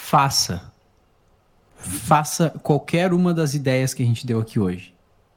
faça qualquer uma das ideias que a gente deu aqui hoje.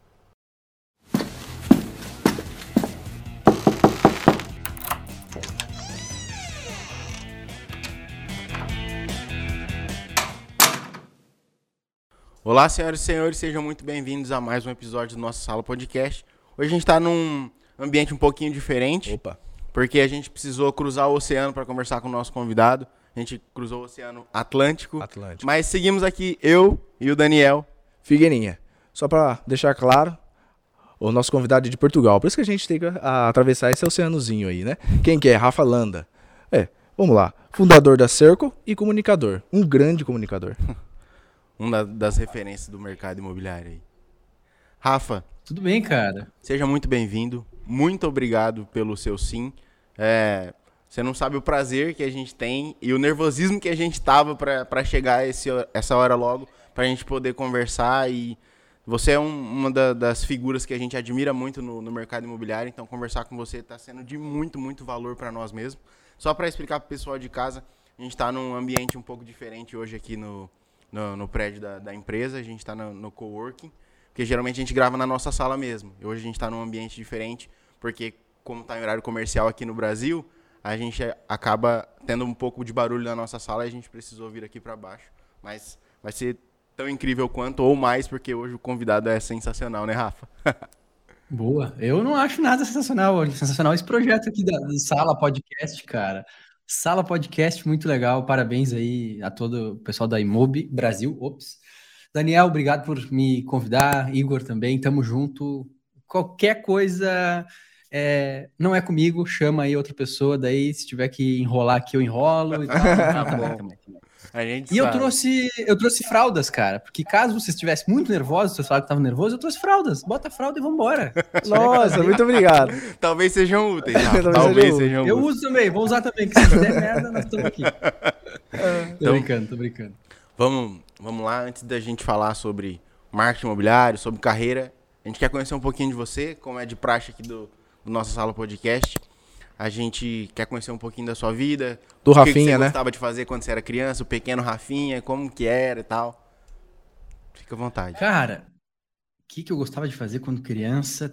Olá, senhoras e senhores, sejam muito bem-vindos a mais um episódio do nosso Sala Podcast. Hoje a gente está num ambiente um pouquinho diferente, porque a gente precisou cruzar o oceano para conversar com o nosso convidado. A gente cruzou o Oceano Atlântico. Mas seguimos aqui, eu e o Daniel Figueirinha. Só para deixar claro, o nosso convidado é de Portugal. Por isso que a gente tem que atravessar esse oceanozinho aí, né? Quem que é? Rafa Landa. Vamos lá. Fundador da Circle e comunicador. Um grande comunicador. Uma das referências do mercado imobiliário aí. Rafa. Tudo bem, cara? Seja muito bem-vindo. Muito obrigado pelo seu sim. Você não sabe o prazer que a gente tem e o nervosismo que a gente tava para chegar essa hora logo, para a gente poder conversar. E você é uma das figuras que a gente admira muito no mercado imobiliário, então conversar com você está sendo de muito, muito valor para nós mesmos. Só para explicar para o pessoal de casa, a gente está num ambiente um pouco diferente hoje aqui no prédio da empresa. A gente está no coworking, porque geralmente a gente grava na nossa sala mesmo. E hoje a gente está num ambiente diferente, porque como está em horário comercial aqui no Brasil, a gente acaba tendo um pouco de barulho na nossa sala e a gente precisou vir aqui para baixo. Mas vai ser tão incrível quanto ou mais, porque hoje o convidado é sensacional, né, Rafa? Boa. Eu não acho nada sensacional. Sensacional esse projeto aqui da Sala Podcast, cara. Sala Podcast, muito legal. Parabéns aí a todo o pessoal da Imob Brasil. Daniel, obrigado por me convidar. Igor também, tamo junto. Qualquer coisa... não é comigo, chama aí outra pessoa, daí se tiver que enrolar aqui, eu enrolo e tal. Tá bom. A gente e sabe. Eu trouxe fraldas, cara, porque caso você estivesse muito nervoso, você falava que tava nervoso, eu trouxe fraldas. Bota a fralda e vambora. Nossa, muito obrigado. Talvez sejam úteis. Talvez sejam úteis. Eu uso também, vou usar também, que se der merda, nós estamos aqui. Tô brincando. Vamos lá, antes da gente falar sobre marketing imobiliário, sobre carreira, a gente quer conhecer um pouquinho de você, como é de praxe aqui do nossa Sala Podcast. A gente quer conhecer um pouquinho da sua vida. Do Rafinha, que você né? gostava de fazer quando você era criança, o pequeno Rafinha, como que era e tal. Fica à vontade. Cara, o que eu gostava de fazer quando criança?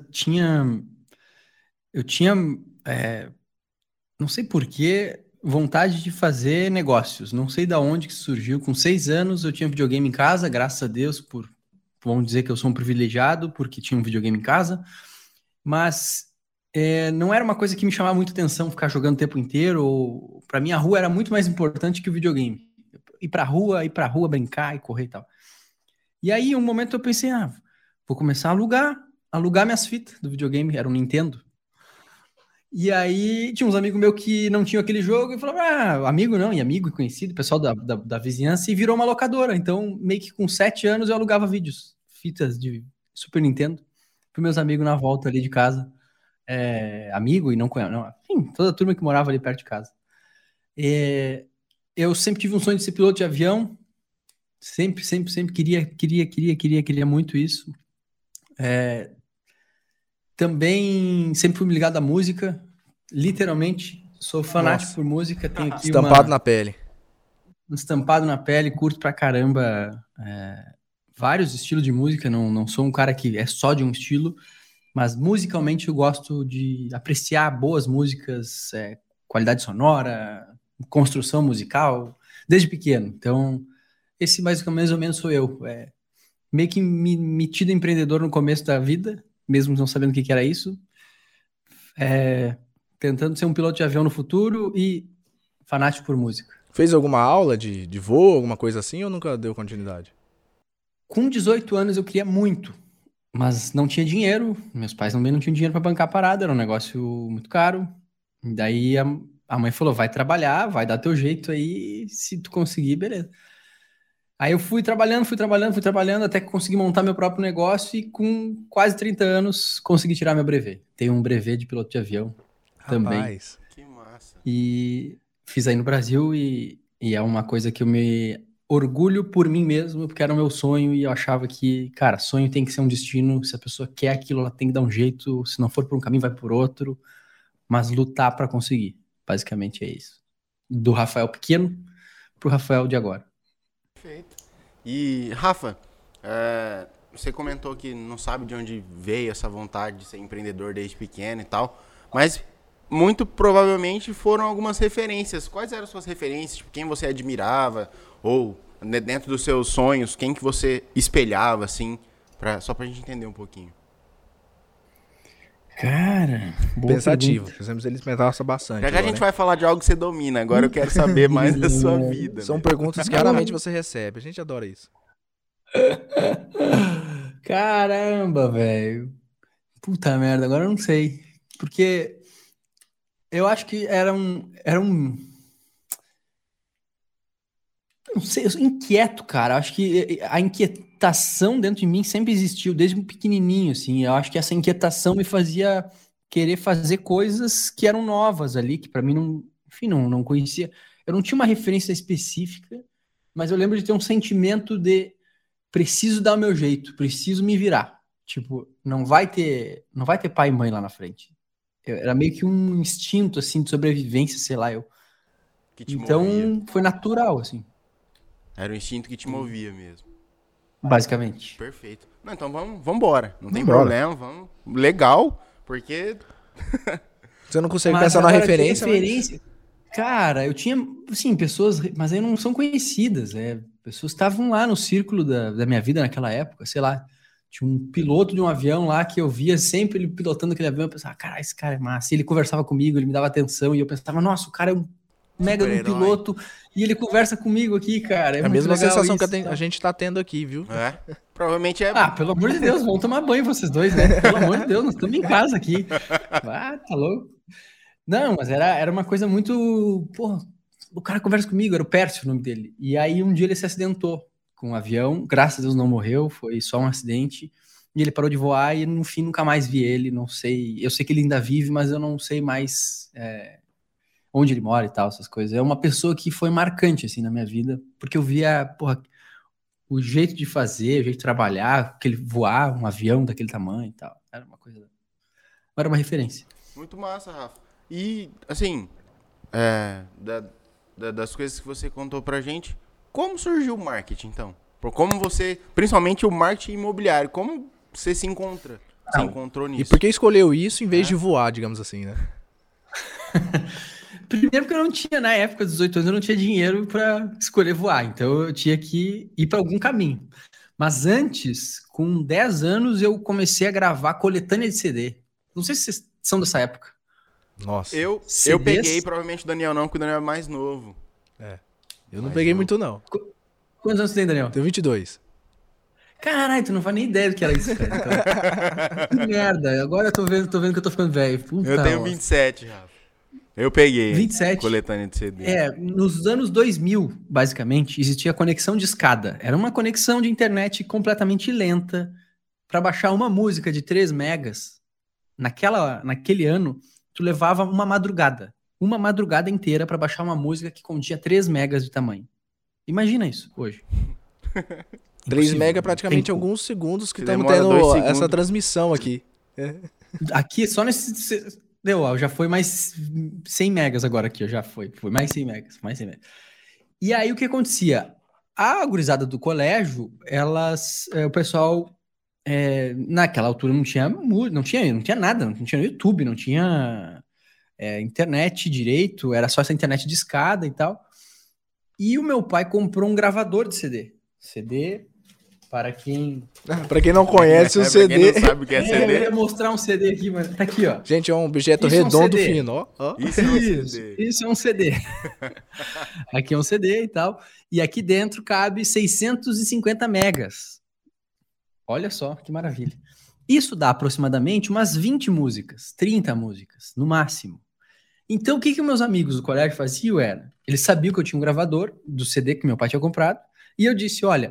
Eu tinha, não sei porquê, vontade de fazer negócios. Não sei de onde que surgiu. Com 6 anos eu tinha videogame em casa, graças a Deus, vamos dizer que eu sou um privilegiado, porque tinha um videogame em casa. Mas não era uma coisa que me chamava muito atenção ficar jogando o tempo inteiro. Para mim, a rua era muito mais importante que o videogame. Ir pra rua, brincar e correr e tal. E aí, um momento eu pensei, vou começar a alugar minhas fitas do videogame, era um Nintendo. E aí, tinha uns amigos meus que não tinham aquele jogo e falaram, amigo não, e amigo e conhecido, pessoal da vizinhança, e virou uma locadora. Então, meio que com 7 anos eu alugava fitas de Super Nintendo, para meus amigos na volta ali de casa. Amigo e não conheço, enfim, toda a turma que morava ali perto de casa. Eu sempre tive um sonho de ser piloto de avião, sempre queria muito isso. Também sempre fui ligado à música, literalmente, sou fanático por música, tenho aqui estampado na pele. Estampado na pele, curto pra caramba vários estilos de música, não sou um cara que é só de um estilo, mas musicalmente eu gosto de apreciar boas músicas, qualidade sonora, construção musical, desde pequeno. Então, esse mais ou menos sou eu. Meio que metido empreendedor no começo da vida, mesmo não sabendo o que era isso. Tentando ser um piloto de avião no futuro e fanático por música. Fez alguma aula de voo, alguma coisa assim, ou nunca deu continuidade? Com 18 anos eu queria muito, mas não tinha dinheiro, meus pais também não tinham dinheiro para bancar a parada, era um negócio muito caro. E daí a mãe falou, vai trabalhar, vai dar teu jeito aí, se tu conseguir, beleza. Aí eu fui trabalhando, até que consegui montar meu próprio negócio e com quase 30 anos consegui tirar meu brevet. Tenho um brevet de piloto de avião também. Rapaz, que massa. E fiz aí no Brasil e é uma coisa que eu me orgulho por mim mesmo, porque era o meu sonho e eu achava que, cara, sonho tem que ser um destino, se a pessoa quer aquilo, ela tem que dar um jeito, se não for por um caminho, vai por outro, mas lutar para conseguir, basicamente é isso. Do Rafael pequeno pro Rafael de agora. Perfeito. E, Rafa, você comentou que não sabe de onde veio essa vontade de ser empreendedor desde pequeno e tal, mas muito provavelmente foram algumas referências. Quais eram suas referências? Tipo, quem você admirava? Ou, dentro dos seus sonhos, quem que você espelhava, assim, só pra gente entender um pouquinho? Cara, boa Pensativo. pergunta. Precisamos eles pensar bastante. Já a agora, gente né? vai falar de algo que você domina. Agora eu quero saber mais da sua vida. São né? perguntas que raramente você recebe. A gente adora isso. Caramba, velho. Puta merda, agora eu não sei. Porque eu acho que era um. Não sei, eu sou inquieto, cara. Acho que a inquietação dentro de mim sempre existiu, desde um pequenininho, assim. Eu acho que essa inquietação me fazia querer fazer coisas que eram novas ali, que pra mim não, enfim, não conhecia. Eu não tinha uma referência específica, mas eu lembro de ter um sentimento de preciso dar o meu jeito, preciso me virar. Tipo, não vai ter pai e mãe lá na frente. Era meio que um instinto, assim, de sobrevivência, sei lá, eu. Que te movia. Então, foi natural, assim, Era o instinto que te movia mesmo. basicamente. Perfeito. Não, então vamos embora. Não tem Vambora. problema, vamos. Legal, porque Você não consegue Mas pensar na agora, de referência, referência, cara, eu tinha, assim, pessoas, mas aí não são conhecidas, pessoas que estavam lá no círculo da minha vida naquela época, sei lá, tinha um piloto de um avião lá que eu via sempre ele pilotando aquele avião, eu pensava, cara, esse cara é massa, e ele conversava comigo, ele me dava atenção, e eu pensava, nossa, o cara é um mega de um super-herói. piloto, e ele conversa comigo aqui, cara, é é a muito mesma legal sensação isso, que tá? a gente tá tendo aqui, viu? Provavelmente é. Ah, pelo amor de Deus, vamos tomar banho vocês dois, né? Pelo amor de Deus, nós estamos em casa aqui. Ah, tá louco. Não, mas era uma coisa muito. Porra, o cara conversa comigo, era o Pércio o nome dele. E aí um dia ele se acidentou com um avião, graças a Deus não morreu, foi só um acidente. E ele parou de voar e no fim nunca mais vi ele. Não sei. Eu sei que ele ainda vive, mas eu não sei mais onde ele mora e tal, essas coisas. É uma pessoa que foi marcante assim na minha vida, porque eu via, porra, o jeito de fazer, o jeito de trabalhar, aquele voar um avião daquele tamanho e tal. Era uma coisa. Era uma referência. Muito massa, Rafa. E, assim, das coisas que você contou pra gente, como surgiu o marketing, então? Por como você, principalmente o marketing imobiliário, como você se encontra? Se encontrou E nisso? por que escolheu isso em vez de voar, digamos assim, né? Primeiro porque eu não tinha, na época dos 18 anos, eu não tinha dinheiro para escolher voar, então eu tinha que ir para algum caminho. Mas antes, com 10 anos, eu comecei a gravar coletânea de CD. Não sei se vocês são dessa época. Nossa. Eu CDs? peguei, provavelmente o Daniel não, porque o Daniel é mais novo. Eu não Mas peguei eu- muito, não. Quantos anos você tem, Daniel? Tenho 22. Caralho, tu não faz nem ideia do que era isso, cara. Então, que merda. Agora eu tô vendo que eu tô ficando velho. Puta Eu tenho nossa. 27, Rafa. Eu peguei 27. coletânea de CD. Nos anos 2000, basicamente, existia conexão de escada. Era uma conexão de internet completamente lenta para baixar uma música de 3 megas. Naquele ano, tu levava uma madrugada inteira para baixar uma música que continha 3 megas de tamanho. Imagina isso hoje. 3 Impossível. mega praticamente Tem- alguns segundos que Você estamos demora 2 tendo segundos. essa transmissão aqui. Aqui, só nesse. Deu, ó, já foi mais 100 megas agora aqui, ó, já foi. Foi mais 100 megas, mais 100 megas. E aí o que acontecia? A gurizada do colégio, o pessoal, naquela altura não tinha nada, não tinha YouTube, não tinha internet direito, era só essa internet de escada e tal. E o meu pai comprou um gravador de CD. CD, para quem. Pra quem não conhece o Pra CD. quem não sabe o que é Eu CD, ia mostrar um CD aqui, mano. Tá aqui, ó. Gente, é um objeto Isso é um redondo CD. fino, ó. isso é um Isso, CD. isso é um CD. Aqui é um CD e tal. E aqui dentro cabe 650 megas. Olha só que maravilha. Isso dá aproximadamente umas 20 músicas, 30 músicas, no máximo. Então, o que meus amigos do colégio faziam era... Eles sabiam que eu tinha um gravador do CD que meu pai tinha comprado. E eu disse, olha,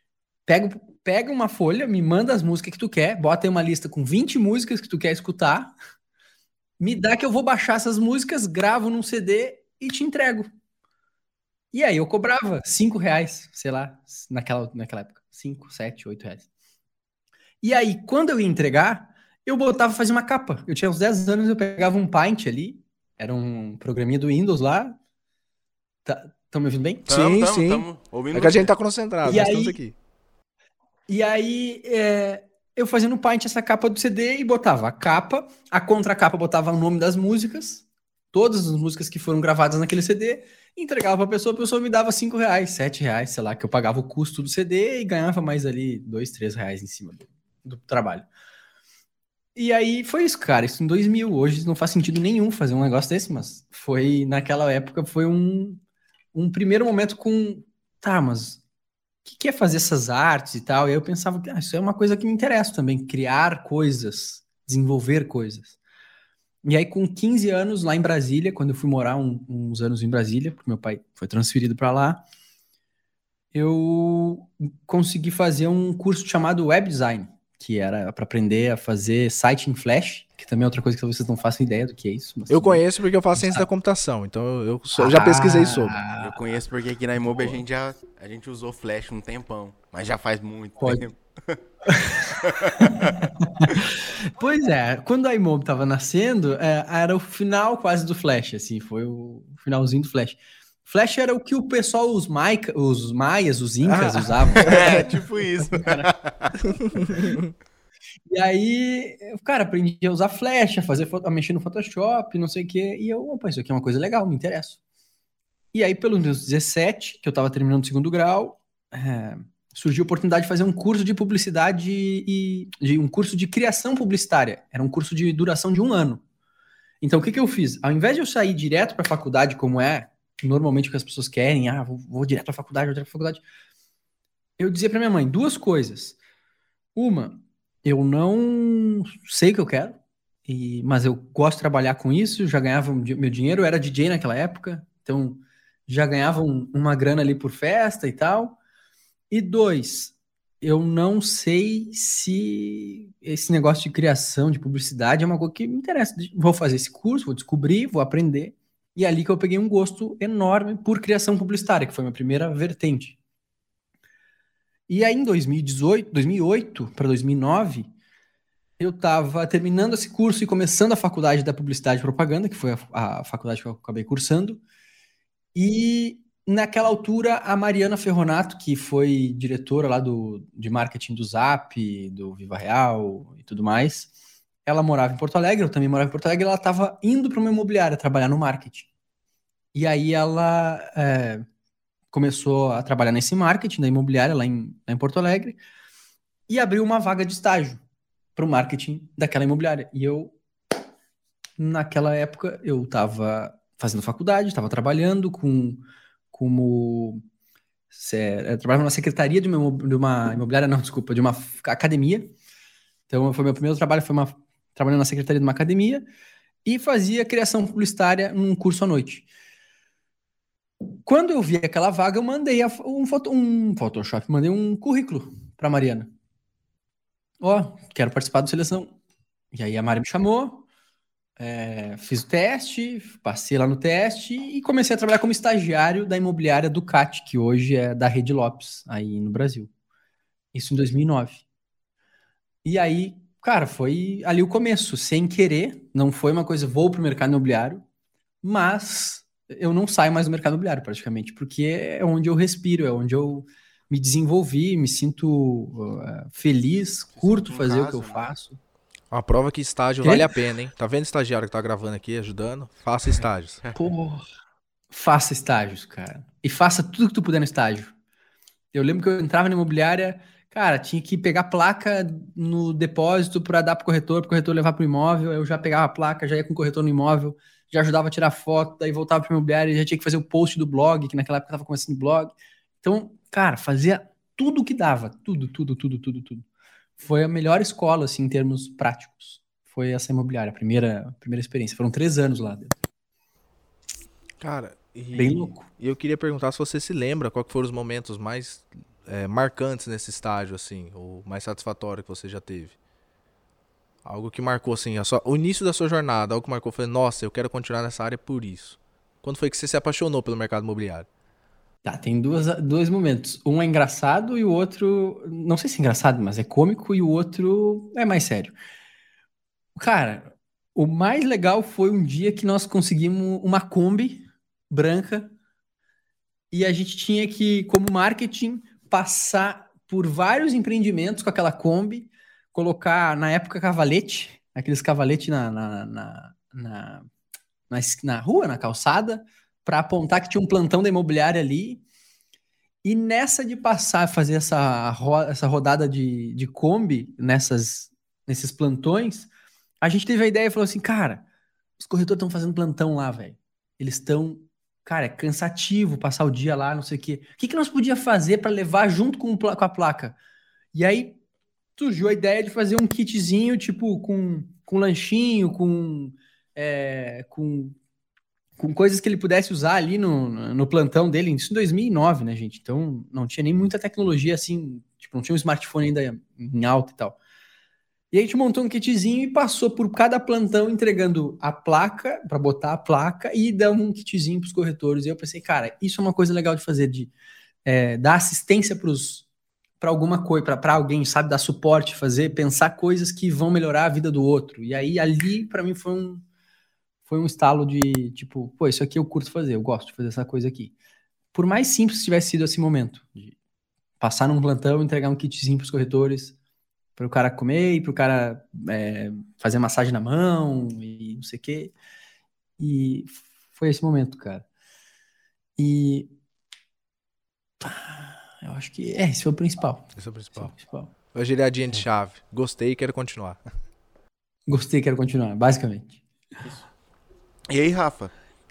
pega uma folha, me manda as músicas que tu quer, bota aí uma lista com 20 músicas que tu quer escutar, me dá que eu vou baixar essas músicas, gravo num CD e te entrego. E aí eu cobrava R$ 5, sei lá, naquela época. 5, 7, 8 reais. E aí, quando eu ia entregar, eu botava fazer uma capa. Eu tinha uns 10 anos, eu pegava um Paint ali, era um programinha do Windows lá. Estão me ouvindo bem? Sim. Tamo ouvindo É que a você. gente tá concentrado, E nós estamos aí, aqui. e aí eu fazia no Paint essa capa do CD e botava a capa, a contracapa botava o nome das músicas, todas as músicas que foram gravadas naquele CD, entregava pra pessoa, a pessoa me dava R$ 5, R$ 7, sei lá, que eu pagava o custo do CD e ganhava mais ali R$ 2, R$ 3 em cima do trabalho. E aí foi isso, cara, isso em 2000. Hoje não faz sentido nenhum fazer um negócio desse, mas naquela época, foi um primeiro momento com, tá, mas que é fazer essas artes e tal? E aí eu pensava que isso é uma coisa que me interessa também, criar coisas, desenvolver coisas. E aí, com 15 anos, lá em Brasília, quando eu fui morar uns anos em Brasília, porque meu pai foi transferido para lá, eu consegui fazer um curso chamado Web Design, que era para aprender a fazer site em Flash, que também é outra coisa que talvez vocês não façam ideia do que é isso. Mas Eu tudo bem. conheço porque eu faço ciência da computação, então eu já pesquisei sobre. Eu conheço porque aqui na Imob a gente usou Flash um tempão, mas já faz muito Pode. tempo. Pois é, quando a Imob estava nascendo, era o final quase do Flash, assim, foi o finalzinho do Flash. Flash era o que o pessoal, os maias, os incas usavam. É, tipo isso. E aí, cara, aprendi a usar Flash, a mexer no Photoshop, não sei o quê, e eu, opa, isso aqui é uma coisa legal, me interessa. E aí, pelos meus 17, que eu estava terminando o segundo grau, surgiu a oportunidade de fazer um curso de publicidade de um curso de criação publicitária. Era um curso de duração de 1 ano. Então, o que eu fiz? Ao invés de eu sair direto para a faculdade, como é normalmente o que as pessoas querem, vou direto para a faculdade, vou direto para a faculdade, eu dizia para minha mãe 2 coisas. Uma, eu não sei o que eu quero, mas eu gosto de trabalhar com isso, já ganhava meu dinheiro, eu era DJ naquela época, então já ganhava uma grana ali por festa e tal. E 2, eu não sei se esse negócio de criação, de publicidade é uma coisa que me interessa. Vou fazer esse curso, vou descobrir, vou aprender. E é ali que eu peguei um gosto enorme por criação publicitária, que foi a minha primeira vertente. E aí em 2008 para 2009, eu estava terminando esse curso e começando a faculdade da Publicidade e Propaganda, que foi a faculdade que eu acabei cursando. E naquela altura, a Mariana Ferronato, que foi diretora lá de marketing do Zap, do Viva Real e tudo mais, ela morava em Porto Alegre, eu também morava em Porto Alegre, e ela estava indo para uma imobiliária trabalhar no marketing. E aí ela começou a trabalhar nesse marketing da imobiliária lá em Porto Alegre e abriu uma vaga de estágio para o marketing daquela imobiliária. E eu, naquela época, eu estava fazendo faculdade, estava trabalhando como eu trabalhava na secretaria de uma imobiliária, não, desculpa, de uma academia. Então, foi meu primeiro trabalho, trabalhando na secretaria de uma academia e fazia criação publicitária num curso à noite. Quando eu vi aquela vaga, eu mandei um Photoshop, mandei um currículo para Mariana. Quero participar do seleção. E aí a Mari me chamou, fiz o teste, passei lá no teste e comecei a trabalhar como estagiário da imobiliária Ducati, que hoje é da Rede Lopes, aí no Brasil. Isso em 2009. E aí, cara, foi ali o começo, sem querer, não foi uma coisa, vou pro mercado imobiliário, mas eu não saio mais do mercado imobiliário praticamente, porque é onde eu respiro, é onde eu me desenvolvi, me sinto feliz, curto fazer o que eu faço. Uma prova que estágio vale a pena, hein? Tá vendo o estagiário que tá gravando aqui, ajudando? Faça estágios. Pô, faça estágios, cara. E faça tudo que tu puder no estágio. Eu lembro que eu entrava na imobiliária, cara, tinha que pegar placa no depósito para dar pro corretor levar pro imóvel. Eu já pegava a placa, já ia com o corretor no imóvel, já ajudava a tirar foto, daí voltava pro imobiliária e já tinha que fazer o post do blog, que naquela época tava começando o blog. Então, cara, fazia tudo que dava. Tudo. Foi a melhor escola, assim, em termos práticos. Foi essa imobiliária, a primeira experiência. Foram 3 anos lá dentro. Cara, Bem louco. E eu queria perguntar se você se lembra qual que foram os momentos mais marcantes nesse estágio, assim, ou mais satisfatório que você já teve. Algo que marcou, assim, o início da sua jornada, algo que marcou, foi, nossa, eu quero continuar nessa área por isso. Quando foi que você se apaixonou pelo mercado imobiliário? Tá, tem dois momentos. Um é engraçado e o outro, não sei se é engraçado, mas é cômico, e o outro é mais sério. Cara, o mais legal foi um dia que nós conseguimos uma Kombi branca e a gente tinha que, como marketing, passar por vários empreendimentos com aquela Kombi, colocar, na época, cavalete, aqueles cavaletes na rua, na calçada, para apontar que tinha um plantão da imobiliária ali. E nessa de passar, fazer essa rodada de Kombi nesses plantões, a gente teve a ideia e falou assim, cara, os corretores estão fazendo plantão lá, velho. Eles estão... Cara, é cansativo passar o dia lá, não sei o quê. O que nós podíamos fazer para levar junto com a placa? E aí surgiu a ideia de fazer um kitzinho, tipo, com lanchinho, com coisas que ele pudesse usar ali no plantão dele. Isso em 2009, né, gente? Então, não tinha nem muita tecnologia assim, tipo, não tinha um smartphone ainda em alta e tal. E a gente montou um kitzinho e passou por cada plantão entregando a placa, para botar a placa e dar um kitzinho para os corretores. E eu pensei, cara, isso é uma coisa legal de fazer, de dar assistência para alguma coisa, para alguém, sabe, dar suporte, pensar coisas que vão melhorar a vida do outro. E aí, ali, para mim, foi um estalo de, tipo, pô, isso aqui eu curto fazer, eu gosto de fazer essa coisa aqui. Por mais simples que tivesse sido esse momento, de passar num plantão, entregar um kitzinho para os corretores, para o cara comer e para o cara fazer massagem na mão e não sei o quê. E foi esse momento, cara. E eu acho que esse foi o principal. Esse é o principal. Esse é o principal. A giradinha de chave. Gostei e quero continuar. Gostei, quero continuar, basicamente. E aí, Rafa,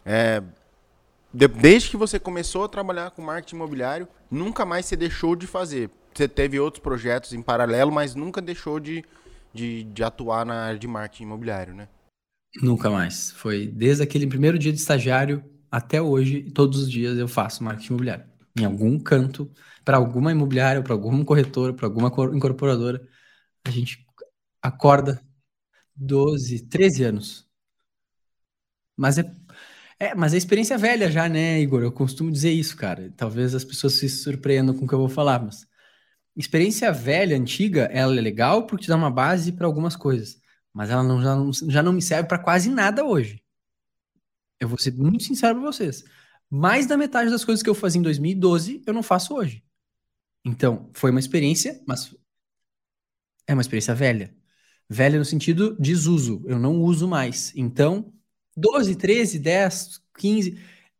desde que você começou a trabalhar com marketing imobiliário, nunca mais você deixou de fazer. Você teve outros projetos em paralelo, mas nunca deixou de atuar na área de marketing imobiliário, né? Nunca mais. Foi desde aquele primeiro dia de estagiário até hoje, todos os dias eu faço marketing imobiliário. Em algum canto, para alguma imobiliária, para alguma corretora, para alguma incorporadora, a gente acorda 12, 13 anos. Mas mas a experiência é velha já, né, Igor? Eu costumo dizer isso, cara. Talvez as pessoas se surpreendam com o que eu vou falar, mas experiência velha, antiga, ela é legal porque te dá uma base para algumas coisas, mas ela já não me serve para quase nada hoje. Eu vou ser muito sincero para vocês. Mais da metade das coisas que eu fazia em 2012, eu não faço hoje. Então, foi uma experiência, mas é uma experiência velha. Velha no sentido desuso. Eu não uso mais. Então, 12, 13, 10, 15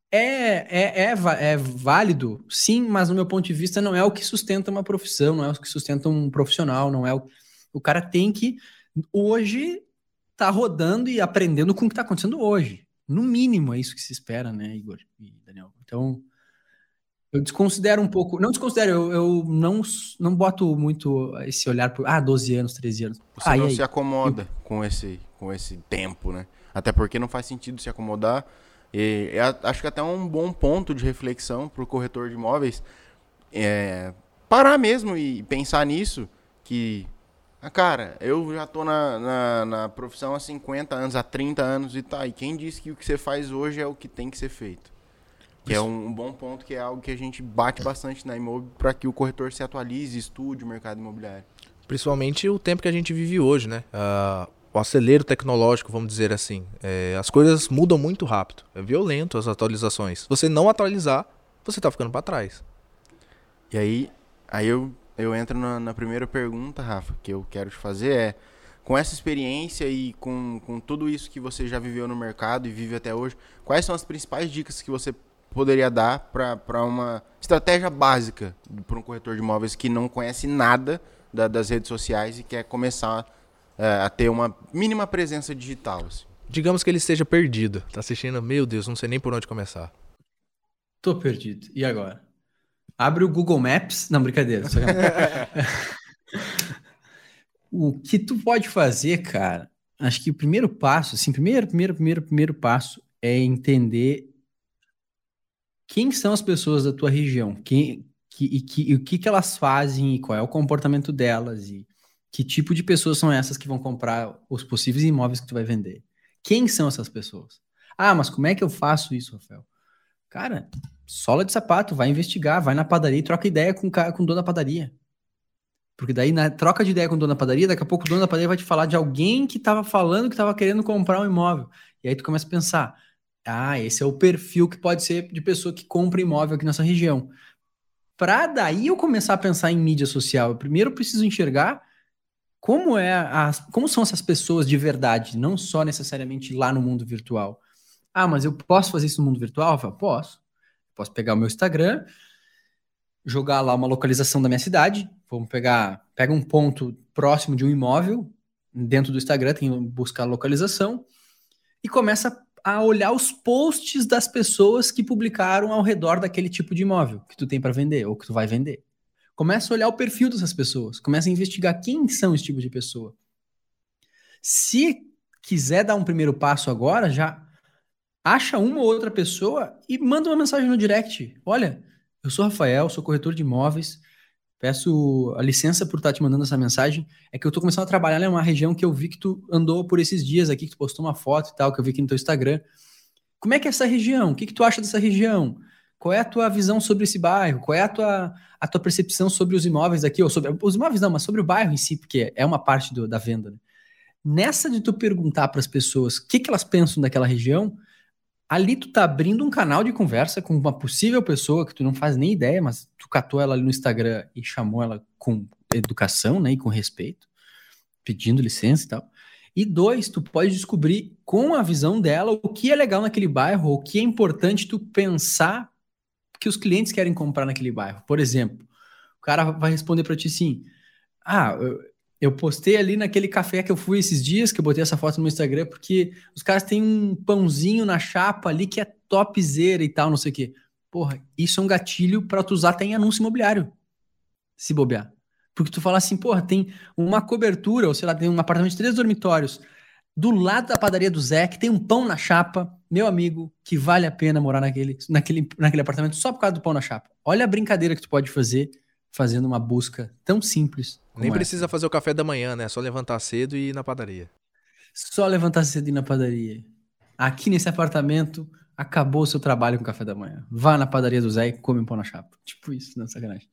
é válido, sim, mas no meu ponto de vista não é o que sustenta uma profissão, não é o que sustenta um profissional, não é o cara tem que hoje tá rodando e aprendendo com o que está acontecendo hoje. No mínimo é isso que se espera, né, Igor e Daniel? Então, eu desconsidero um pouco, não desconsidero, eu não boto muito esse olhar por 12 anos, 13 anos. Você não se acomoda com esse tempo, né? Até porque não faz sentido se acomodar. E acho que até um bom ponto de reflexão para o corretor de imóveis parar mesmo e pensar nisso, que, cara, eu já tô na profissão há 50 anos, há 30 anos e quem disse que o que você faz hoje é o que tem que ser feito? Que é um bom ponto, que é algo que a gente bate bastante na Imob para que o corretor se atualize, estude o mercado imobiliário. Principalmente o tempo que a gente vive hoje, né? O acelero tecnológico, vamos dizer assim. As coisas mudam muito rápido. É violento as atualizações. Se você não atualizar, você tá ficando para trás. E aí eu entro na primeira pergunta, Rafa, que eu quero te fazer com essa experiência e com tudo isso que você já viveu no mercado e vive até hoje, quais são as principais dicas que você poderia dar para uma estratégia básica para um corretor de imóveis que não conhece nada das redes sociais e quer começar a ter uma mínima presença digital? Assim? Digamos que ele esteja perdido. Tá assistindo, meu Deus, não sei nem por onde começar. Tô perdido. E agora? Abre o Google Maps. Não, brincadeira. O que tu pode fazer, cara, acho que o primeiro passo, assim, primeiro passo é entender quem são as pessoas da tua região, e o que elas fazem, e qual é o comportamento delas, e que tipo de pessoas são essas que vão comprar os possíveis imóveis que tu vai vender. Quem são essas pessoas? Mas como é que eu faço isso, Rafael? Cara, sola de sapato, vai investigar, vai na padaria e troca ideia com o dono da padaria. Porque daí, na troca de ideia com o dono da padaria, daqui a pouco o dono da padaria vai te falar de alguém que estava falando que estava querendo comprar um imóvel. E aí tu começa a pensar, Esse é o perfil que pode ser de pessoa que compra imóvel aqui nessa região. Para daí eu começar a pensar em mídia social, eu primeiro preciso enxergar como são essas pessoas de verdade, não só necessariamente lá no mundo virtual. Mas eu posso fazer isso no mundo virtual, Rafael? Posso. Posso pegar o meu Instagram, jogar lá uma localização da minha cidade, pega um ponto próximo de um imóvel, dentro do Instagram, tem que buscar a localização, e começa a olhar os posts das pessoas que publicaram ao redor daquele tipo de imóvel que tu tem para vender ou que tu vai vender. Começa a olhar o perfil dessas pessoas, começa a investigar quem são esse tipo de pessoa. Se quiser dar um primeiro passo agora, já acha uma ou outra pessoa e manda uma mensagem no direct. Olha, eu sou Rafael, sou corretor de imóveis, peço a licença por estar te mandando essa mensagem. É que eu tô começando a trabalhar em uma região que eu vi que tu andou por esses dias aqui, que tu postou uma foto e tal, que eu vi aqui no teu Instagram. Como é que é essa região? O que tu acha dessa região? Qual é a tua visão sobre esse bairro? Qual é a tua percepção sobre os imóveis aqui? Ou sobre os imóveis não, mas sobre o bairro em si, porque é uma parte da venda, né? Nessa de tu perguntar para as pessoas o que elas pensam daquela região, ali tu tá abrindo um canal de conversa com uma possível pessoa que tu não faz nem ideia, mas tu catou ela ali no Instagram e chamou ela com educação, né, e com respeito, pedindo licença e tal. E 2, tu pode descobrir com a visão dela o que é legal naquele bairro, o que é importante tu pensar que os clientes querem comprar naquele bairro. Por exemplo, o cara vai responder para ti assim: eu postei ali naquele café que eu fui esses dias, que eu botei essa foto no meu Instagram, porque os caras têm um pãozinho na chapa ali que é topzera e tal, não sei o quê. Porra, isso é um gatilho para tu usar até em anúncio imobiliário, se bobear. Porque tu fala assim, porra, tem uma cobertura, ou sei lá, tem um apartamento de 3 dormitórios, do lado da padaria do Zé, que tem um pão na chapa, meu amigo, que vale a pena morar naquele apartamento só por causa do pão na chapa. Olha a brincadeira que tu pode fazer fazendo uma busca tão simples como Nem essa. precisa fazer o café da manhã, né? Só levantar cedo e ir na padaria. Só levantar cedo e ir na padaria. Aqui nesse apartamento, acabou o seu trabalho com café da manhã. Vá na padaria do Zé e come um pão na chapa. Tipo isso, não, sacanagem.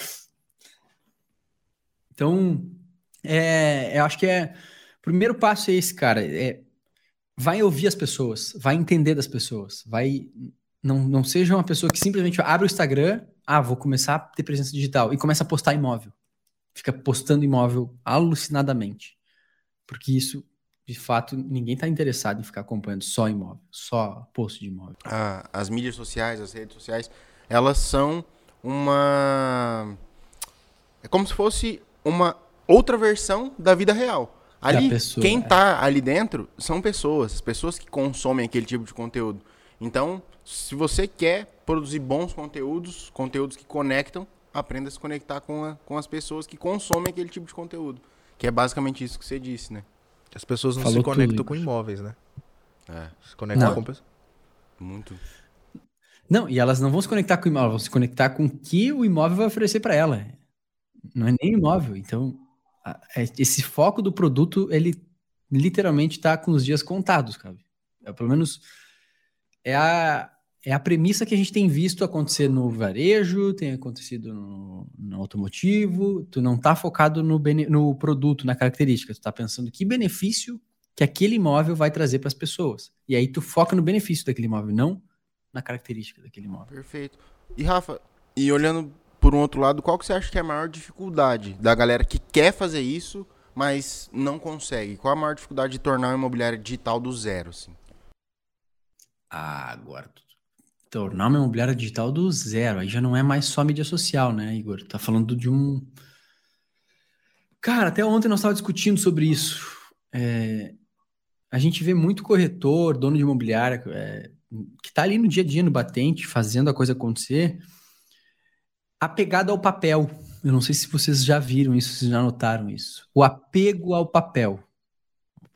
Então, eu acho que o primeiro passo é esse, cara. Vai ouvir as pessoas, vai entender das pessoas, não seja uma pessoa que simplesmente abre o Instagram, vou começar a ter presença digital e começa a postar imóvel. Fica postando imóvel alucinadamente. Porque isso, de fato, ninguém está interessado em ficar acompanhando só imóvel, só post de imóvel. As mídias sociais, as redes sociais, elas são uma... É como se fosse uma outra versão da vida real. Ali, quem tá ali dentro são pessoas, as pessoas que consomem aquele tipo de conteúdo. Então, se você quer produzir bons conteúdos, conteúdos que conectam, aprenda a se conectar com as pessoas que consomem aquele tipo de conteúdo. Que é basicamente isso que você disse, né? As pessoas não se conectam com imóveis, né? Se conectam com pessoas. Muito. Não, e elas não vão se conectar com o imóvel, vão se conectar com o que o imóvel vai oferecer para ela. Não é nem imóvel. Então, esse foco do produto, ele literalmente está com os dias contados, cara. Pelo menos é a premissa que a gente tem visto acontecer no varejo, tem acontecido no automotivo. Tu não tá focado no produto, na característica. Tu tá pensando que benefício que aquele imóvel vai trazer para as pessoas. E aí tu foca no benefício daquele imóvel, não na característica daquele imóvel. Perfeito. E Rafa, olhando por um outro lado, qual que você acha que é a maior dificuldade da galera que quer fazer isso, mas não consegue? Qual a maior dificuldade de tornar uma imobiliária digital do zero, assim? Agora, tornar uma imobiliária digital do zero, aí já não é mais só mídia social, né, Igor? Tá falando de um... Cara, até ontem nós estávamos discutindo sobre isso. A gente vê muito corretor, dono de imobiliária, que tá ali no dia a dia, no batente, fazendo a coisa acontecer, apegado ao papel. Eu não sei se vocês já viram isso, se já notaram isso. O apego ao papel. O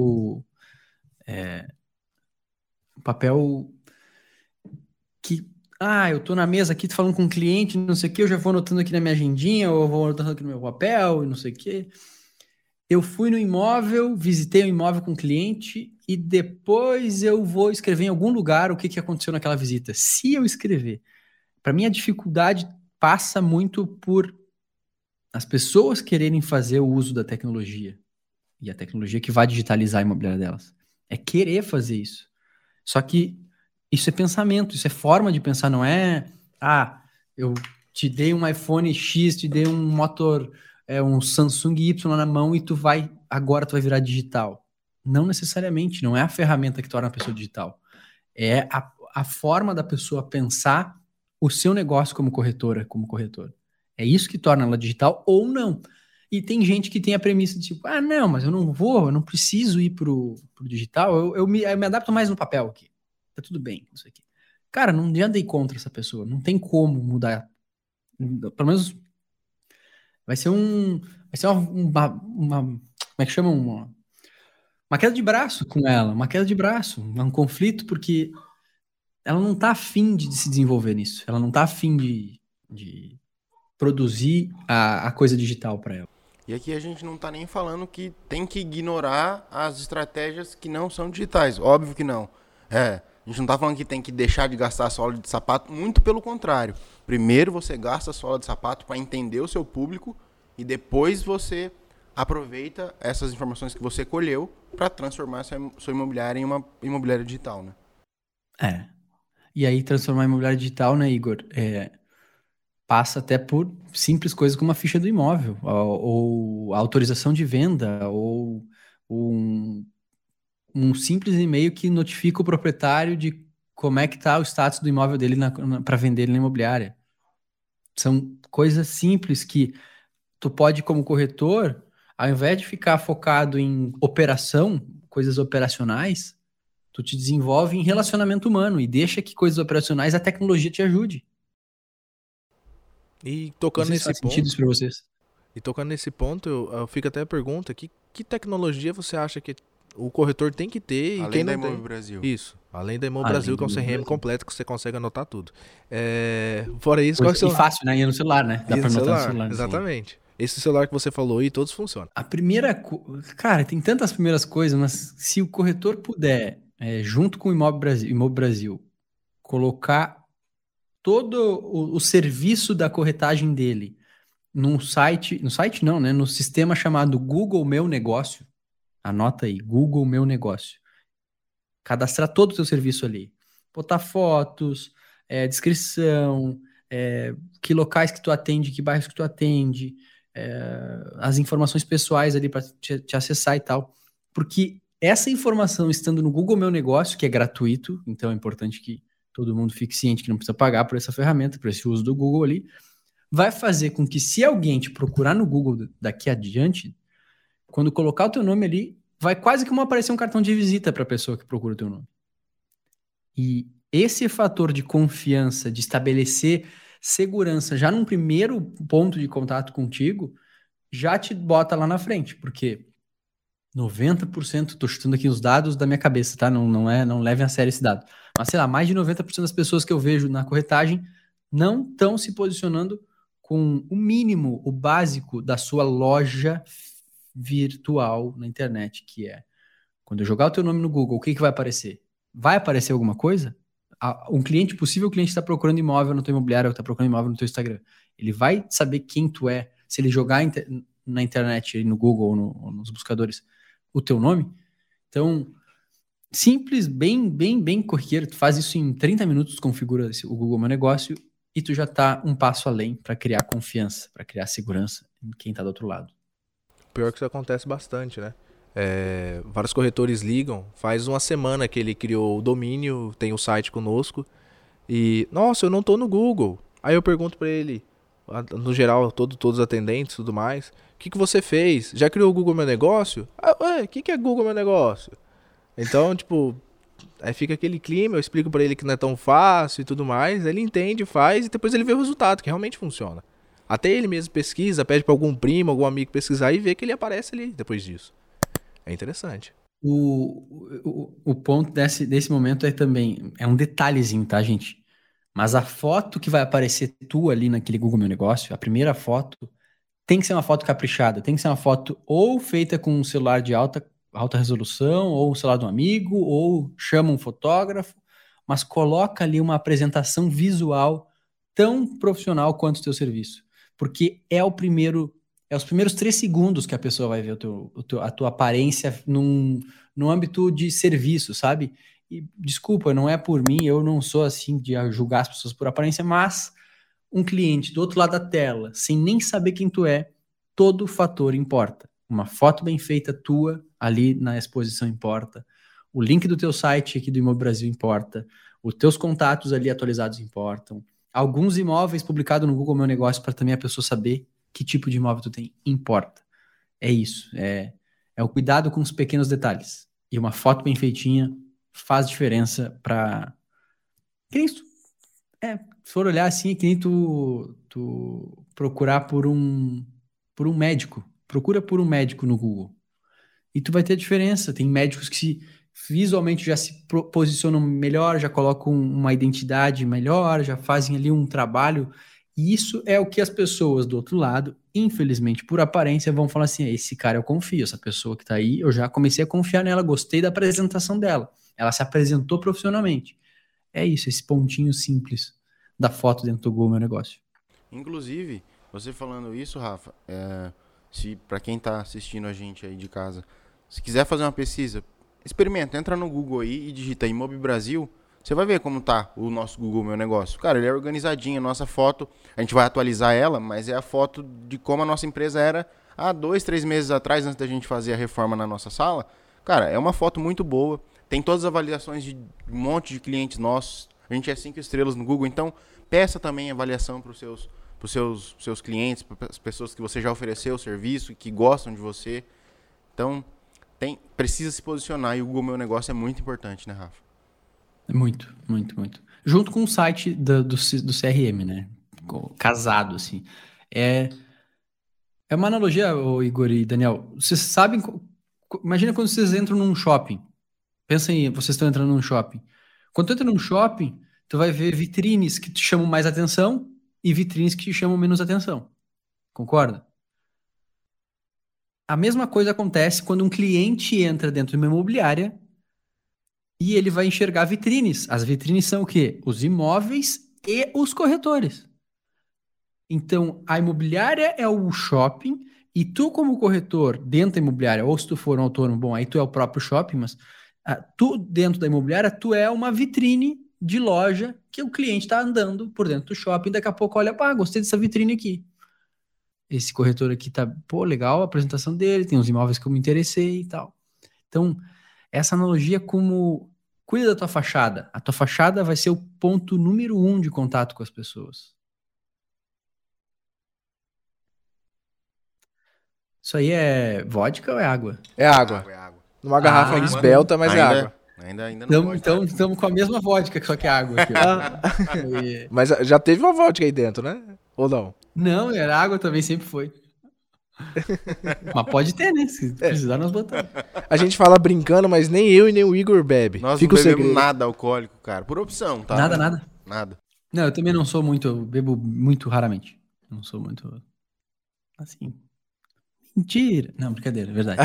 papel que... eu tô na mesa aqui, tô falando com um cliente, não sei o que, eu já vou anotando aqui na minha agendinha, ou vou anotando aqui no meu papel, e não sei o que. Eu fui no imóvel, visitei o imóvel com o cliente, e depois eu vou escrever em algum lugar o que aconteceu naquela visita. Se eu escrever. Para mim, a dificuldade passa muito por as pessoas quererem fazer o uso da tecnologia. E a tecnologia que vai digitalizar a imobiliária delas. É querer fazer isso. Só que Isso é pensamento, isso é forma de pensar, não é, eu te dei um iPhone X, te dei um motor, um Samsung Y na mão e agora tu vai virar digital. Não necessariamente, não é a ferramenta que torna a pessoa digital. É a forma da pessoa pensar o seu negócio como corretora, como corretor. É isso que torna ela digital ou não. E tem gente que tem a premissa de tipo, não, mas eu não preciso ir pro digital, eu me adapto mais no papel aqui. Tá tudo bem, isso aqui. Cara, não andei contra essa pessoa, não tem como mudar. Pelo menos vai ser como é que chama? Uma queda de braço com ela, uma queda de braço, um conflito, porque ela não tá afim de se desenvolver nisso, ela não tá afim de produzir a coisa digital para ela. E aqui a gente não tá nem falando que tem que ignorar as estratégias que não são digitais. Óbvio que não. A gente não tá falando que tem que deixar de gastar a sola de sapato, muito pelo contrário. Primeiro você gasta a sola de sapato para entender o seu público e depois você aproveita essas informações que você colheu para transformar sua imobiliária em uma imobiliária digital, né? E aí transformar a imobiliária digital, né, Igor? Passa até por simples coisas como a ficha do imóvel, ou a autorização de venda, ou um simples e-mail que notifica o proprietário de como é que está o status do imóvel dele para vender ele na imobiliária. São coisas simples que tu pode, como corretor, ao invés de ficar focado em operação, coisas operacionais, tu te desenvolve em relacionamento humano e deixa que coisas operacionais a tecnologia te ajude. E tocando nesse ponto, sentido isso para vocês? E tocando nesse ponto, eu fico até a pergunta, que tecnologia você acha que o corretor tem que ter? Além da Imóvel Brasil. Isso, além da Imóvel Brasil, que é um CRM completo que você consegue anotar tudo. Fora isso, qual é o seu... E fácil, né? E no celular, né? Dá pra anotar no celular. Exatamente. Sim. Esse celular que você falou aí, todos funcionam. A primeira... Cara, tem tantas primeiras coisas, mas se o corretor puder, junto com o Imóvel Brasil, colocar todo o serviço da corretagem dele num site... No site não, né? No sistema chamado Google Meu Negócio. Anota aí, Google Meu Negócio. Cadastrar todo o seu serviço ali. Botar fotos, descrição, que locais que tu atende, que bairros que tu atende, as informações pessoais ali para te acessar e tal. Porque essa informação estando no Google Meu Negócio, que é gratuito, então é importante que todo mundo fique ciente que não precisa pagar por essa ferramenta, por esse uso do Google ali, vai fazer com que se alguém te procurar no Google daqui adiante, quando colocar o teu nome ali, vai quase que aparecer um cartão de visita para a pessoa que procura o teu nome. E esse fator de confiança, de estabelecer segurança já num primeiro ponto de contato contigo, já te bota lá na frente, porque 90%, tô chutando aqui os dados da minha cabeça, tá? Não levem a sério esse dado. Mas, sei lá, mais de 90% das pessoas que eu vejo na corretagem não estão se posicionando com o mínimo, o básico da sua loja virtual na internet, que é quando eu jogar o teu nome no Google, o que vai aparecer? Vai aparecer alguma coisa? Um possível cliente está procurando imóvel no teu imobiliário ou está procurando imóvel no teu Instagram. Ele vai saber quem tu é se ele jogar na internet, no Google ou nos buscadores, o teu nome. Então, simples, bem corriqueiro. Tu faz isso em 30 minutos, configura o Google Meu Negócio e tu já está um passo além para criar confiança, para criar segurança em quem está do outro lado. Pior que isso acontece bastante, né? Vários corretores ligam, faz uma semana que ele criou o domínio, tem o site conosco e, nossa, eu não tô no Google. Aí eu pergunto pra ele, no geral, todos os atendentes e tudo mais, o que você fez? Já criou o Google Meu Negócio? O que é Google Meu Negócio? Então, tipo, aí fica aquele clima, eu explico pra ele que não é tão fácil e tudo mais, ele entende, faz e depois ele vê o resultado, que realmente funciona. Até ele mesmo pesquisa, pede pra algum primo, algum amigo pesquisar e vê que ele aparece ali depois disso. É interessante. O ponto desse momento também um detalhezinho, tá, gente? Mas a foto que vai aparecer tu ali naquele Google Meu Negócio, a primeira foto, tem que ser uma foto caprichada, tem que ser uma foto ou feita com um celular de alta resolução, ou um celular de um amigo, ou chama um fotógrafo, mas coloca ali uma apresentação visual tão profissional quanto o teu serviço. Porque é os primeiros 3 segundos que a pessoa vai ver a tua aparência no âmbito de serviço, sabe? E desculpa, não é por mim, eu não sou assim de julgar as pessoas por aparência, mas um cliente do outro lado da tela, sem nem saber quem tu é, todo fator importa. Uma foto bem feita tua ali na exposição importa. O link do teu site aqui do Imob Brasil importa. Os teus contatos ali atualizados importam. Alguns imóveis publicados no Google Meu Negócio para também a pessoa saber que tipo de imóvel tu tem importa. É isso. É o cuidado com os pequenos detalhes. E uma foto bem feitinha faz diferença para... Se for olhar assim, é que nem tu procurar por um médico. Procura por um médico no Google. E tu vai ter diferença. Tem médicos que visualmente já se posicionam melhor, já colocam uma identidade melhor, já fazem ali um trabalho. E isso é o que as pessoas do outro lado, infelizmente, por aparência, vão falar assim: esse cara eu confio, essa pessoa que tá aí, eu já comecei a confiar nela, gostei da apresentação dela. Ela se apresentou profissionalmente. É isso, esse pontinho simples da foto dentro do Google Meu Negócio. Inclusive, você falando isso, Rafa, se para quem tá assistindo a gente aí de casa, se quiser fazer uma pesquisa, experimenta, entra no Google aí e digita Imob Brasil, você vai ver como tá o nosso Google Meu Negócio. Cara, ele é organizadinho, a nossa foto, a gente vai atualizar ela, mas é a foto de como a nossa empresa era há 2, 3 meses atrás, antes da gente fazer a reforma na nossa sala. Cara, é uma foto muito boa, tem todas as avaliações de um monte de clientes nossos, a gente é 5 estrelas no Google, então peça também avaliação para os seus clientes, para as pessoas que você já ofereceu o serviço, que gostam de você. Então, precisa se posicionar e o Google Meu Negócio é muito importante, né, Rafa? É muito, muito, muito. Junto com o site do CRM, né? Casado, assim. É uma analogia, ô Igor e Daniel. Vocês sabem... Imagina quando vocês entram num shopping. Pensa aí, vocês estão entrando num shopping. Quando tu entra num shopping, tu vai ver vitrines que te chamam mais atenção e vitrines que te chamam menos atenção. Concorda? A mesma coisa acontece quando um cliente entra dentro de uma imobiliária e ele vai enxergar vitrines. As vitrines são o quê? Os imóveis e os corretores. Então, a imobiliária é o shopping e tu, como corretor, dentro da imobiliária, ou se tu for um autônomo, bom, aí tu é o próprio shopping, mas tu, dentro da imobiliária, tu é uma vitrine de loja que o cliente está andando por dentro do shopping, daqui a pouco olha, pá, gostei dessa vitrine aqui. Esse corretor aqui tá, pô, legal a apresentação dele, tem uns imóveis que eu me interessei e tal. Então, essa analogia como cuida da tua fachada. A tua fachada vai ser o ponto número 1 de contato com as pessoas. Isso aí é vodka ou é água? É água. É água. Numa garrafa Ah, esbelta, mas é água. Ainda não pode. Então, estamos com a mesma vodka, só que é água aqui, ó. Mas já teve uma vodka aí dentro, né? Ou não? Não, era água também, sempre foi. Mas pode ter, né? Se precisar, nós botamos. A gente fala brincando, mas nem eu e nem o Igor bebe. Nós Fica não o bebemos segredo. nada alcoólico, cara. Por opção, tá? Nada. Não, eu também não sou muito, eu bebo muito raramente. Não sou muito, assim, mentira. Não, brincadeira, é verdade.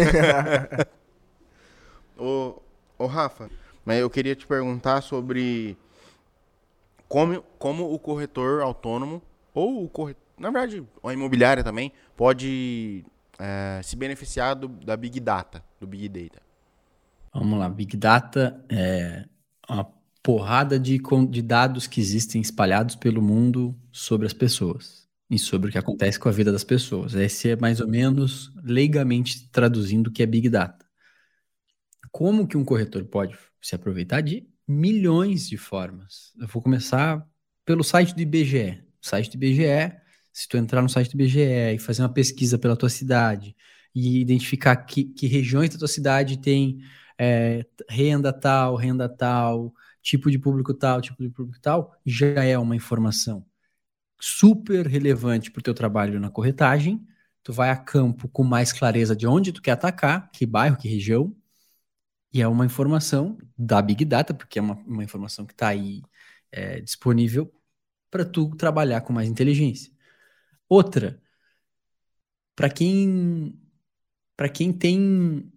Ô Rafa, mas eu queria te perguntar sobre como o corretor autônomo, ou o corretor, na verdade, a imobiliária também, pode se beneficiar da Big Data, do Big Data. Vamos lá, Big Data é uma porrada de dados que existem espalhados pelo mundo sobre as pessoas e sobre o que acontece com a vida das pessoas. Esse é mais ou menos leigamente traduzindo o que é Big Data. Como que um corretor pode se aproveitar de milhões de formas? Eu vou começar pelo site do IBGE. O site do IBGE, se tu entrar no site do IBGE e fazer uma pesquisa pela tua cidade e identificar que regiões da tua cidade tem renda tal, tipo de público tal, já é uma informação super relevante para o teu trabalho na corretagem. Tu vai a campo com mais clareza de onde tu quer atacar, que bairro, que região, e é uma informação da Big Data, porque é uma informação que está aí disponível para tu trabalhar com mais inteligência. Outra, para quem tem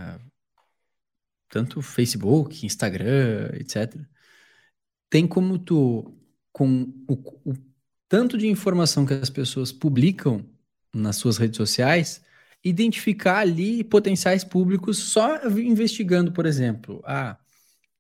tanto Facebook, Instagram, etc., tem como tu, com o tanto de informação que as pessoas publicam nas suas redes sociais, identificar ali potenciais públicos só investigando, por exemplo,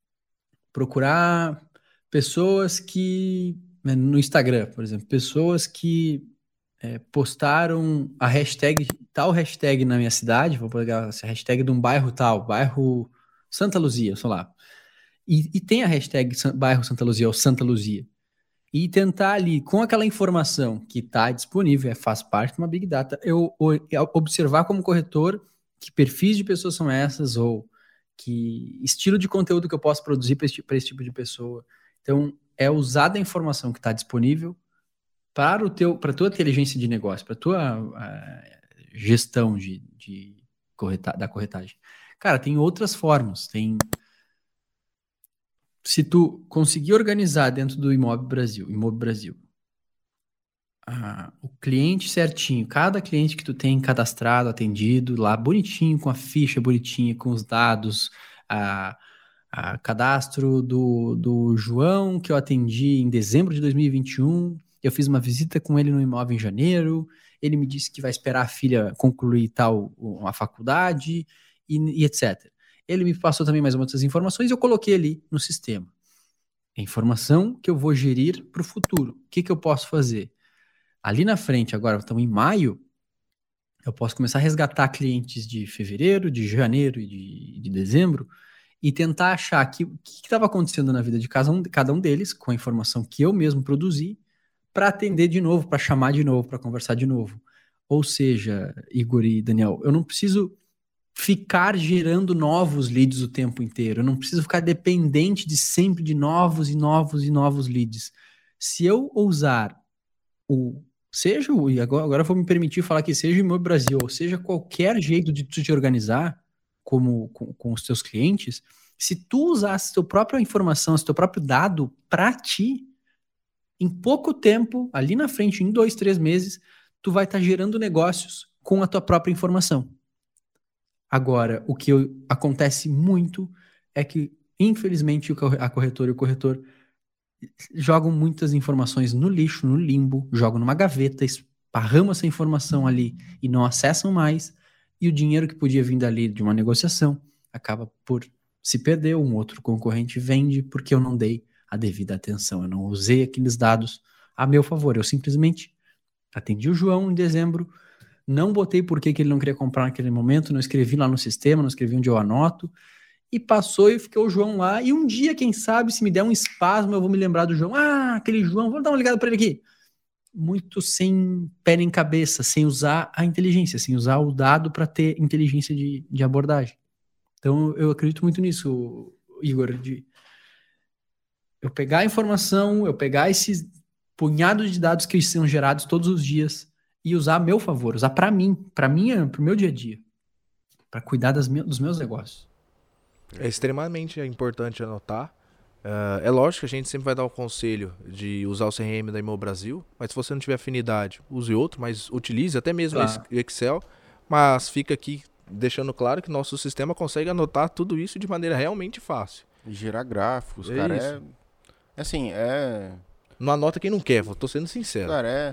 procurar pessoas que, né, no Instagram, por exemplo, pessoas que postaram a hashtag, tal hashtag na minha cidade, vou pegar essa hashtag de um bairro tal, bairro Santa Luzia, sei lá. E tem a hashtag bairro Santa Luzia ou Santa Luzia. E tentar ali, com aquela informação que está disponível, faz parte de uma Big Data, eu observar como corretor que perfis de pessoas são essas, ou que estilo de conteúdo que eu posso produzir para esse tipo de pessoa. Então, é usar da informação que está disponível para a tua inteligência de negócio, para a tua gestão da corretagem. Cara, tem outras formas. Se tu conseguir organizar dentro do Imob Brasil, o cliente certinho, cada cliente que tu tem cadastrado, atendido lá, bonitinho, com a ficha bonitinha, com os dados, a cadastro do João, que eu atendi em dezembro de 2021, eu fiz uma visita com ele no imóvel em janeiro, ele me disse que vai esperar a filha concluir uma faculdade, e etc. Ele me passou também mais outras informações e eu coloquei ali no sistema. É informação que eu vou gerir para o futuro. O que eu posso fazer? Ali na frente, agora estamos em maio, eu posso começar a resgatar clientes de fevereiro, de janeiro e de dezembro e tentar achar o que estava acontecendo na vida de cada um deles, com a informação que eu mesmo produzi, para atender de novo, para chamar de novo, para conversar de novo. Ou seja, Igor e Daniel, eu não preciso ficar gerando novos leads o tempo inteiro. Eu não preciso ficar dependente de sempre de novos e novos e novos leads. Se eu usar e agora eu vou me permitir falar que seja o Imob Brasil, ou seja, qualquer jeito de tu te organizar com os teus clientes, se tu usasse a tua própria informação, o teu próprio dado para ti, em pouco tempo, ali na frente, em 2, 3 meses, tu vai estar gerando negócios com a tua própria informação. Agora, o que acontece muito é que, infelizmente, a corretora e o corretor jogam muitas informações no lixo, no limbo, jogam numa gaveta, esparramam essa informação ali e não acessam mais, e o dinheiro que podia vir dali de uma negociação acaba por se perder, um outro concorrente vende porque eu não dei a devida atenção, eu não usei aqueles dados a meu favor, eu simplesmente atendi o João em dezembro, não botei por que ele não queria comprar naquele momento, não escrevi lá no sistema, não escrevi onde eu anoto, e passou e ficou o João lá, e um dia, quem sabe, se me der um espasmo, eu vou me lembrar do João, aquele João, vou dar uma ligada para ele aqui. Muito sem pé nem cabeça, sem usar a inteligência, sem usar o dado para ter inteligência de abordagem. Então, eu acredito muito nisso, Igor, de eu pegar a informação, eu pegar esses punhados de dados que são gerados todos os dias e usar a meu favor, usar para mim, para o meu dia a dia, para cuidar dos meus negócios. É extremamente importante anotar. É lógico que a gente sempre vai dar o conselho de usar o CRM da Imob Brasil, mas se você não tiver afinidade, use outro, mas utilize até mesmo o Excel. Mas fica aqui deixando claro que nosso sistema consegue anotar tudo isso de maneira realmente fácil. E gerar gráficos, cara, assim, não anota quem não quer, tô sendo sincero. Cara,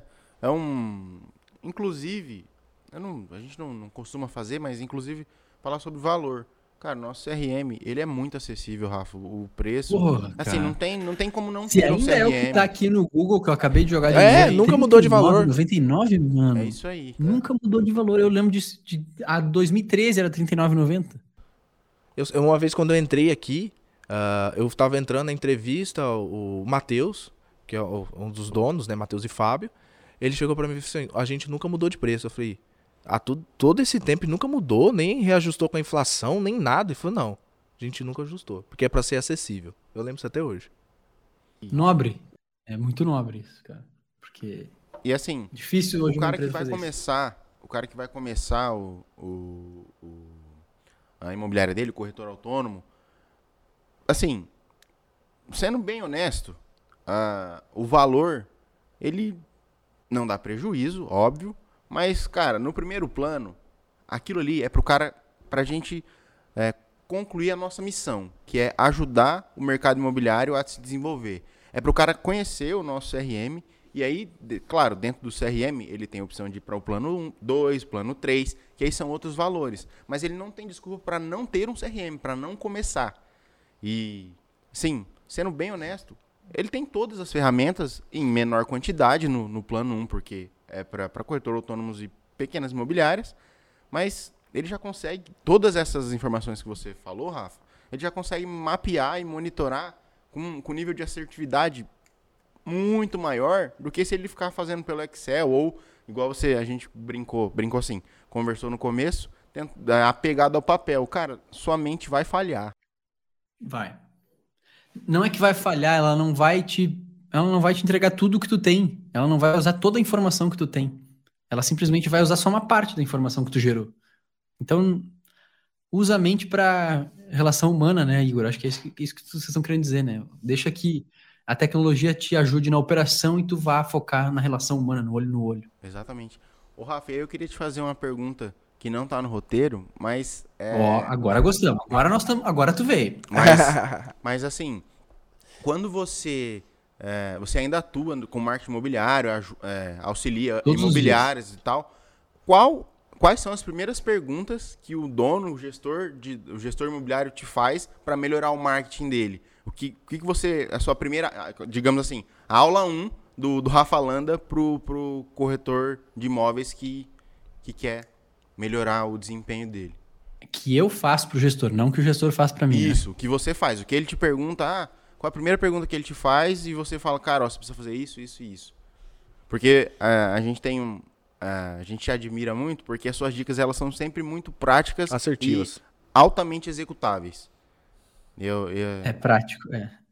inclusive, a gente não costuma fazer, mas inclusive falar sobre valor. Cara, nosso CRM, ele é muito acessível, Rafa. O preço. Porra, assim, não tem como não se ter um CRM. É o que tá aqui no Google, que eu acabei de jogar de novo. Nunca mudou de valor. 99, mano. É isso aí. Cara. Nunca mudou de valor. Eu lembro a 2013 era R$39,90. Uma vez quando eu entrei aqui, eu tava entrando na entrevista, o Matheus, que é um dos donos, né, Matheus e Fábio, ele chegou pra mim e disse assim, a gente nunca mudou de preço. Eu falei, todo esse tempo nunca mudou, nem reajustou com a inflação, nem nada. Ele falou, não, a gente nunca ajustou, porque é pra ser acessível. Eu lembro isso até hoje. Nobre. É muito nobre isso, cara. Porque e assim, difícil hoje o cara que vai começar a imobiliária dele, o corretor autônomo, assim, sendo bem honesto, o valor, ele não dá prejuízo, óbvio, mas, cara, no primeiro plano, aquilo ali é pra gente concluir a nossa missão, que é ajudar o mercado imobiliário a se desenvolver. É pro cara conhecer o nosso CRM, e aí, claro, dentro do CRM, ele tem a opção de ir para o plano 1, 2, plano 3, que aí são outros valores. Mas ele não tem desculpa para não ter um CRM, para não começar. E sim, sendo bem honesto, ele tem todas as ferramentas em menor quantidade no plano 1, porque é para corretores autônomos e pequenas imobiliárias, mas ele já consegue, todas essas informações que você falou, Rafa, ele já consegue mapear e monitorar com nível de assertividade muito maior do que se ele ficar fazendo pelo Excel ou, igual a gente brincou assim, conversou no começo, apegado ao papel. Cara, sua mente vai falhar. Vai. Não é que vai falhar, ela não vai te entregar tudo que tu tem. Ela não vai usar toda a informação que tu tem. Ela simplesmente vai usar só uma parte da informação que tu gerou. Então, usa a mente para relação humana, né, Igor? Acho que é isso que vocês estão querendo dizer, né? Deixa que a tecnologia te ajude na operação e tu vá focar na relação humana, no olho no olho. Exatamente. Ô, Rafa, eu queria te fazer uma pergunta que não tá no roteiro, mas... Agora gostamos. Agora tu veio. Mas assim, quando você ainda atua com marketing imobiliário, auxilia Todos imobiliários e tal, quais são as primeiras perguntas que o dono, o gestor imobiliário te faz para melhorar o marketing dele? O que você, a sua primeira, digamos assim, a aula 1 do Rafa Landa pro corretor de imóveis que quer melhorar o desempenho dele? Que eu faço pro gestor, não que o gestor faça para mim. Isso, né? o que você faz. O que ele te pergunta, qual a primeira pergunta que ele te faz e você fala, cara, ó, você precisa fazer isso, isso e isso. Porque a gente a gente te admira muito porque as suas dicas elas são sempre muito práticas, assertivas e altamente executáveis. É prático,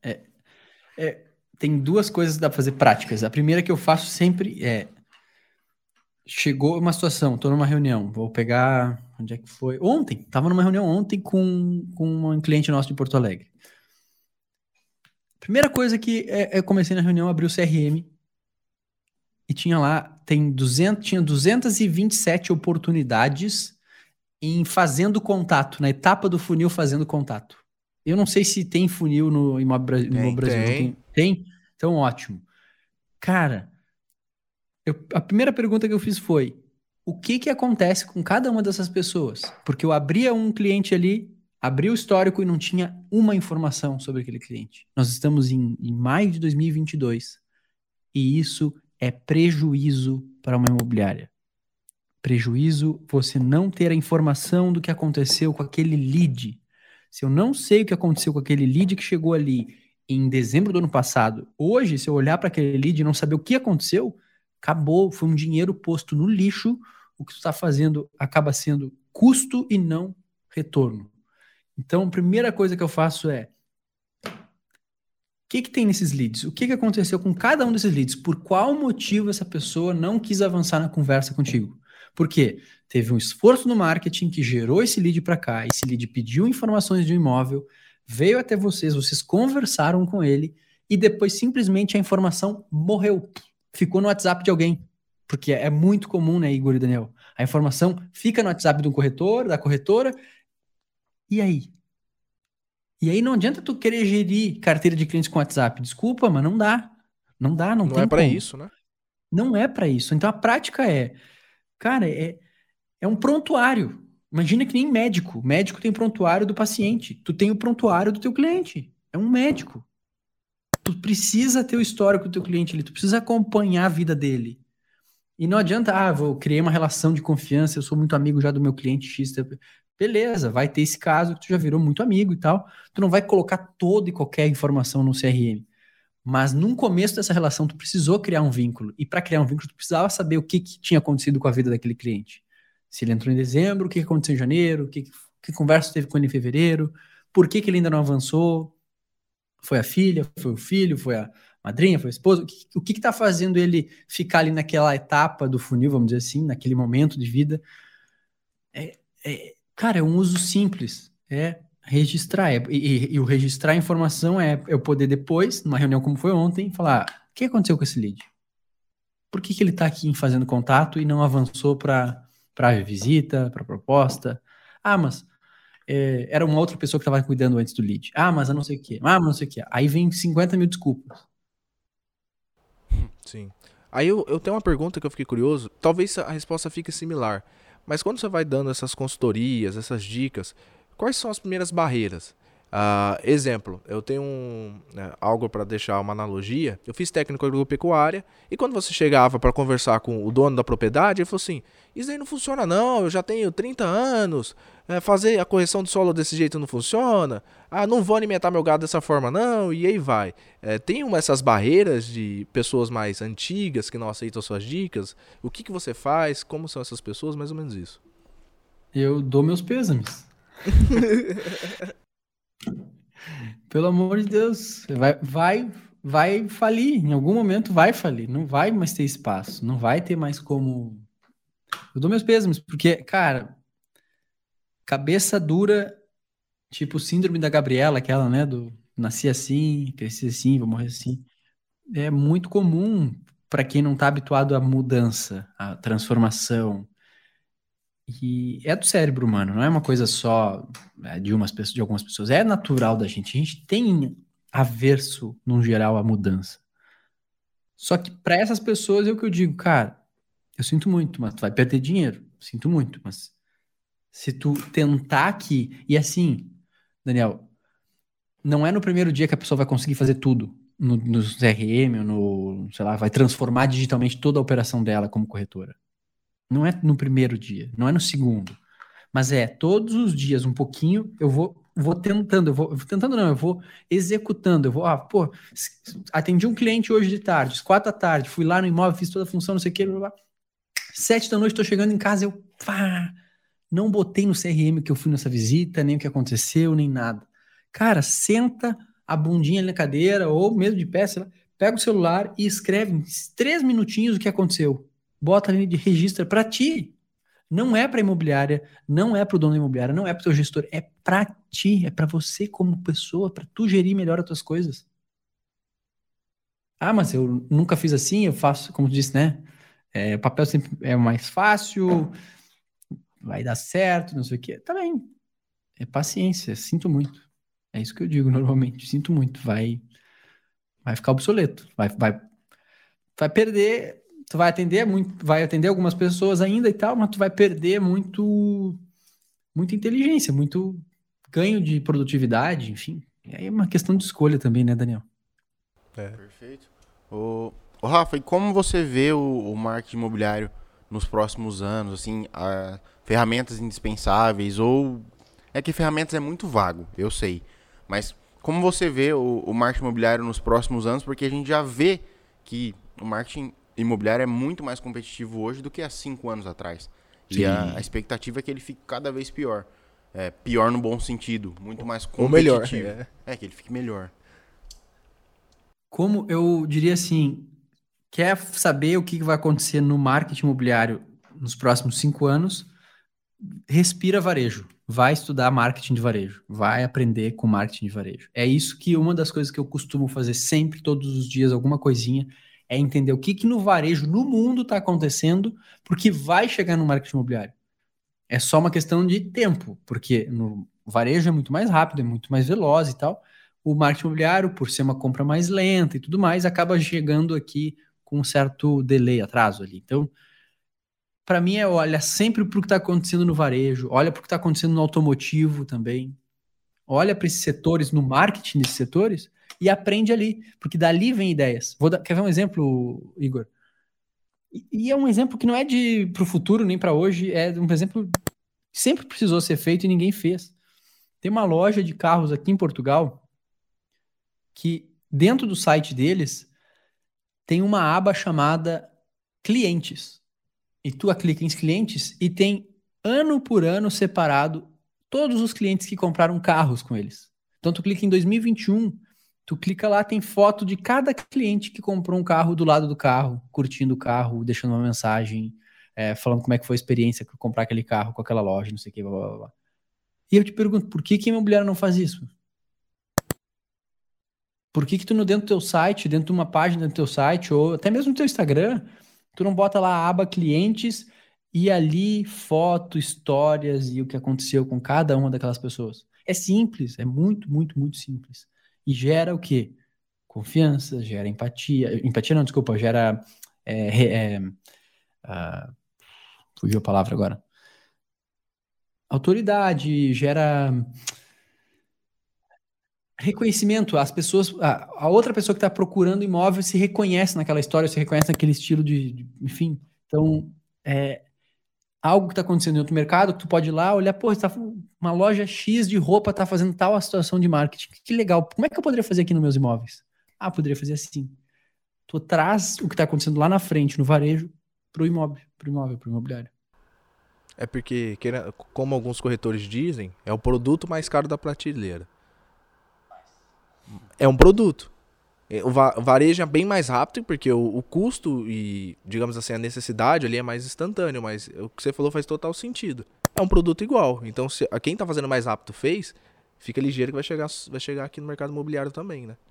tem duas coisas que dá pra fazer práticas. A primeira que eu faço sempre chegou uma situação, tô numa reunião, vou pegar, onde é que foi? Ontem, tava numa reunião ontem com um cliente nosso de Porto Alegre. Primeira coisa que eu comecei na reunião, abri o CRM e tinha lá, tinha 227 oportunidades em fazendo contato, na etapa do funil fazendo contato. Eu não sei se tem funil no Imóvel Brasil. Tem? Então, ótimo. Cara, a primeira pergunta que eu fiz foi: o que acontece com cada uma dessas pessoas? Porque eu abria um cliente ali, abria o histórico e não tinha uma informação sobre aquele cliente. Nós estamos em maio de 2022 e isso é prejuízo para uma imobiliária. Prejuízo você não ter a informação do que aconteceu com aquele lead. Se eu não sei o que aconteceu com aquele lead que chegou ali em dezembro do ano passado, hoje, se eu olhar para aquele lead e não saber o que aconteceu, acabou, foi um dinheiro posto no lixo. O que tu está fazendo acaba sendo custo e não retorno. Então, a primeira coisa que eu faço é: o que tem nesses leads? O que aconteceu com cada um desses leads? Por qual motivo essa pessoa não quis avançar na conversa contigo? Por quê? Teve um esforço no marketing que gerou esse lead para cá, esse lead pediu informações de um imóvel, veio até vocês conversaram com ele e depois simplesmente a informação morreu. Ficou no WhatsApp de alguém. Porque é muito comum, né, Igor e Daniel? A informação fica no WhatsApp do corretor, da corretora, e aí? E aí não adianta tu querer gerir carteira de clientes com WhatsApp. Desculpa, mas não dá. Não dá, não tem é para como. isso, né? Não é para isso. Então a prática cara, é um prontuário. Imagina que nem médico. O médico tem prontuário do paciente. Tu tem o prontuário do teu cliente. É um médico. Tu precisa ter o histórico do teu cliente ali. Tu precisa acompanhar a vida dele. E não adianta, vou criar uma relação de confiança, eu sou muito amigo já do meu cliente X. Beleza, vai ter esse caso que tu já virou muito amigo e tal. Tu não vai colocar toda e qualquer informação no CRM. Mas num começo dessa relação, tu precisou criar um vínculo. E para criar um vínculo, tu precisava saber o que tinha acontecido com a vida daquele cliente. Se ele entrou em dezembro, o que aconteceu em janeiro, que conversa teve com ele em fevereiro, por que ele ainda não avançou, foi a filha, foi o filho, foi a madrinha, foi a esposa, o que está fazendo ele ficar ali naquela etapa do funil, vamos dizer assim, naquele momento de vida. Cara, é um uso simples, registrar, e o registrar a informação eu poder depois, numa reunião como foi ontem, falar: o que aconteceu com esse lead? Por que ele está aqui fazendo contato e não avançou para visita, para proposta? Mas era uma outra pessoa que estava cuidando antes do lead. Mas eu não sei o quê. Mas não sei o quê. Aí vem 50 mil desculpas. Sim. Aí eu tenho uma pergunta que eu fiquei curioso. Talvez a resposta fique similar. Mas quando você vai dando essas consultorias, essas dicas, quais são as primeiras barreiras? Exemplo, eu tenho algo para deixar uma analogia. Eu fiz técnico agropecuária e quando você chegava para conversar com o dono da propriedade, ele falou assim: isso aí não funciona não, eu já tenho 30 anos, fazer a correção do solo desse jeito não funciona, não vou alimentar meu gado dessa forma não, e aí vai. Tem essas barreiras de pessoas mais antigas que não aceitam suas dicas. O que você faz? Como são essas pessoas? Mais ou menos isso. Eu dou meus pêsames. Pelo amor de Deus, vai falir. Em algum momento vai falir. Não vai mais ter espaço. Não vai ter mais como. Eu dou meus pêsames, porque, cara, cabeça dura, tipo síndrome da Gabriela, aquela, né? Do nasci assim, cresci assim, vou morrer assim. É muito comum para quem não tá habituado à mudança, à transformação. E é do cérebro humano, não é uma coisa só de umas pessoas, de algumas pessoas. É natural da gente. A gente tem averso, no geral, à mudança. Só que para essas pessoas é o que eu digo, cara, eu sinto muito, mas tu vai perder dinheiro. Sinto muito, mas se tu tentar aqui, e assim, Daniel, não é no primeiro dia que a pessoa vai conseguir fazer tudo no CRM, ou no, sei lá, vai transformar digitalmente toda a operação dela como corretora. Não é no primeiro dia, não é no segundo. Mas todos os dias, um pouquinho, eu vou tentando, eu vou tentando não, eu vou executando, eu vou, atendi um cliente hoje de tarde, às 4 da tarde, fui lá no imóvel, fiz toda a função, não sei o que, blá, blá, blá. 7 da noite, tô chegando em casa, não botei no CRM que eu fui nessa visita, nem o que aconteceu, nem nada. Cara, senta a bundinha ali na cadeira, ou mesmo de pé, sei lá, pega o celular e escreve em 3 minutinhos o que aconteceu. Bota ali de registro para ti. Não é para imobiliária, não é para o dono da imobiliária, não é para o teu gestor, é para ti, é para você como pessoa, para tu gerir melhor as tuas coisas. Mas eu nunca fiz assim, eu faço, como tu disse, né? O papel sempre é mais fácil, vai dar certo, não sei o quê. Tá bem, é paciência, sinto muito. É isso que eu digo normalmente, sinto muito, vai ficar obsoleto, vai perder, tu vai atender muito, vai atender algumas pessoas ainda e tal, mas tu vai perder muita inteligência, muito ganho de produtividade, enfim. E aí é uma questão de escolha também, né, Daniel? Perfeito. Ô Rafa, e como você vê o marketing imobiliário nos próximos anos, assim, ferramentas indispensáveis ou... É que ferramentas é muito vago, eu sei. Mas como você vê o marketing imobiliário nos próximos anos? Porque a gente já vê que o marketing imobiliário é muito mais competitivo hoje do que há 5 anos atrás. E a Sim. expectativa é que ele fique cada vez pior. Pior no bom sentido, muito mais Ou melhor. competitivo. Que ele fique melhor. Como eu diria assim, quer saber o que vai acontecer no marketing imobiliário nos próximos 5 anos? Respira varejo. Vai estudar marketing de varejo. Vai aprender com marketing de varejo. É isso que uma das coisas que eu costumo fazer sempre, todos os dias, alguma coisinha, é entender o que no varejo, no mundo está acontecendo, porque vai chegar no marketing imobiliário. É só uma questão de tempo, porque no varejo é muito mais rápido, é muito mais veloz e tal. O marketing imobiliário, por ser uma compra mais lenta e tudo mais, acaba chegando aqui com um certo delay, atraso ali. Então, para mim, olha sempre para o que está acontecendo no varejo, olha para o que está acontecendo no automotivo também, olha para esses setores, no marketing desses setores, e aprende ali, porque dali vem ideias. Quer ver um exemplo, Igor? E é um exemplo que não é para o futuro nem para hoje, é um exemplo que sempre precisou ser feito e ninguém fez. Tem uma loja de carros aqui em Portugal que dentro do site deles tem uma aba chamada clientes. E tu clica em clientes e tem ano por ano separado todos os clientes que compraram carros com eles. Então tu clica em 2021, tu clica lá, tem foto de cada cliente que comprou um carro do lado do carro, curtindo o carro, deixando uma mensagem, falando como é que foi a experiência de comprar aquele carro com aquela loja, não sei o que, blá, blá, blá. E eu te pergunto, por que a imobiliária não faz isso? Por que tu dentro do teu site, dentro de uma página do teu site, ou até mesmo no teu Instagram, tu não bota lá a aba clientes e ali foto, histórias e o que aconteceu com cada uma daquelas pessoas? É simples, é muito, muito, muito simples. E gera o quê? Confiança, gera empatia. Empatia não, desculpa, gera... é, re- é, fugiu a palavra agora. Autoridade, gera Reconhecimento, as pessoas, a outra pessoa que está procurando imóvel se reconhece naquela história, se reconhece naquele estilo enfim. Então, é algo que está acontecendo em outro mercado, que tu pode ir lá olhar, pô, uma loja X de roupa está fazendo tal a situação de marketing. Que legal. Como é que eu poderia fazer aqui nos meus imóveis? Ah, poderia fazer assim. Tu traz o que está acontecendo lá na frente, no varejo, pro imobiliário. É porque, como alguns corretores dizem, é o produto mais caro da prateleira. É um produto. O varejo é bem mais rápido, porque o custo e, digamos assim, a necessidade ali é mais instantâneo, mas o que você falou faz total sentido. É um produto igual. Então, se quem tá fazendo mais rápido fez, fica ligeiro que vai chegar aqui no mercado imobiliário também, né?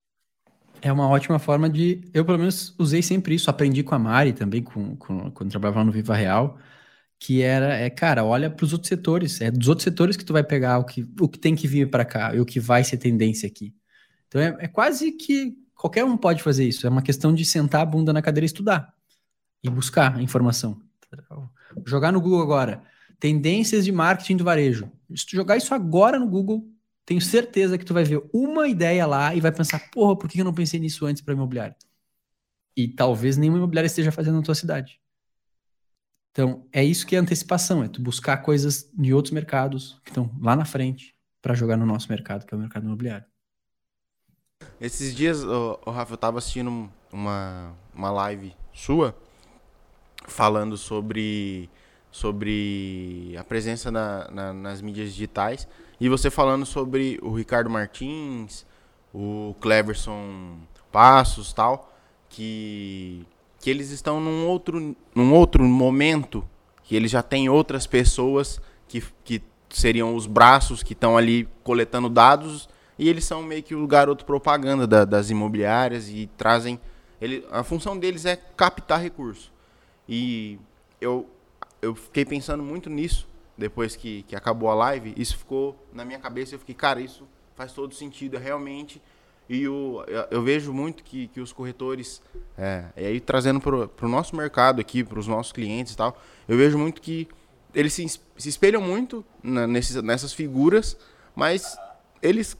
É uma ótima forma de... Eu, pelo menos, usei sempre isso. Aprendi com a Mari também, quando trabalhava lá no Viva Real, que cara, olha para os outros setores. É dos outros setores que tu vai pegar o que tem que vir para cá e o que vai ser tendência aqui. Então, é quase que qualquer um pode fazer isso. É uma questão de sentar a bunda na cadeira e estudar. E buscar a informação. Jogar no Google agora. Tendências de marketing do varejo. Se tu jogar isso agora no Google, tenho certeza que tu vai ver uma ideia lá e vai pensar, porra, por que eu não pensei nisso antes para imobiliário? E talvez nenhuma imobiliária esteja fazendo na tua cidade. Então, é isso que é antecipação, é tu buscar coisas de outros mercados que estão lá na frente para jogar no nosso mercado, que é o mercado imobiliário. Esses dias, Rafa, eu tava assistindo uma live sua falando sobre a presença nas mídias digitais e você falando sobre o Ricardo Martins, o Cleverson Passos, tal, que eles estão num outro momento, que eles já têm outras pessoas que seriam os braços que estão ali coletando dados e eles são meio que o garoto propaganda das imobiliárias e trazem... a função deles é captar recurso. E eu fiquei pensando muito nisso depois que acabou a live. Isso ficou na minha cabeça. Eu fiquei, cara, isso faz todo sentido, realmente. E eu vejo muito que os corretores, e aí trazendo para o nosso mercado aqui, para os nossos clientes e tal, eu vejo muito que eles se espelham muito nessas figuras, mas eles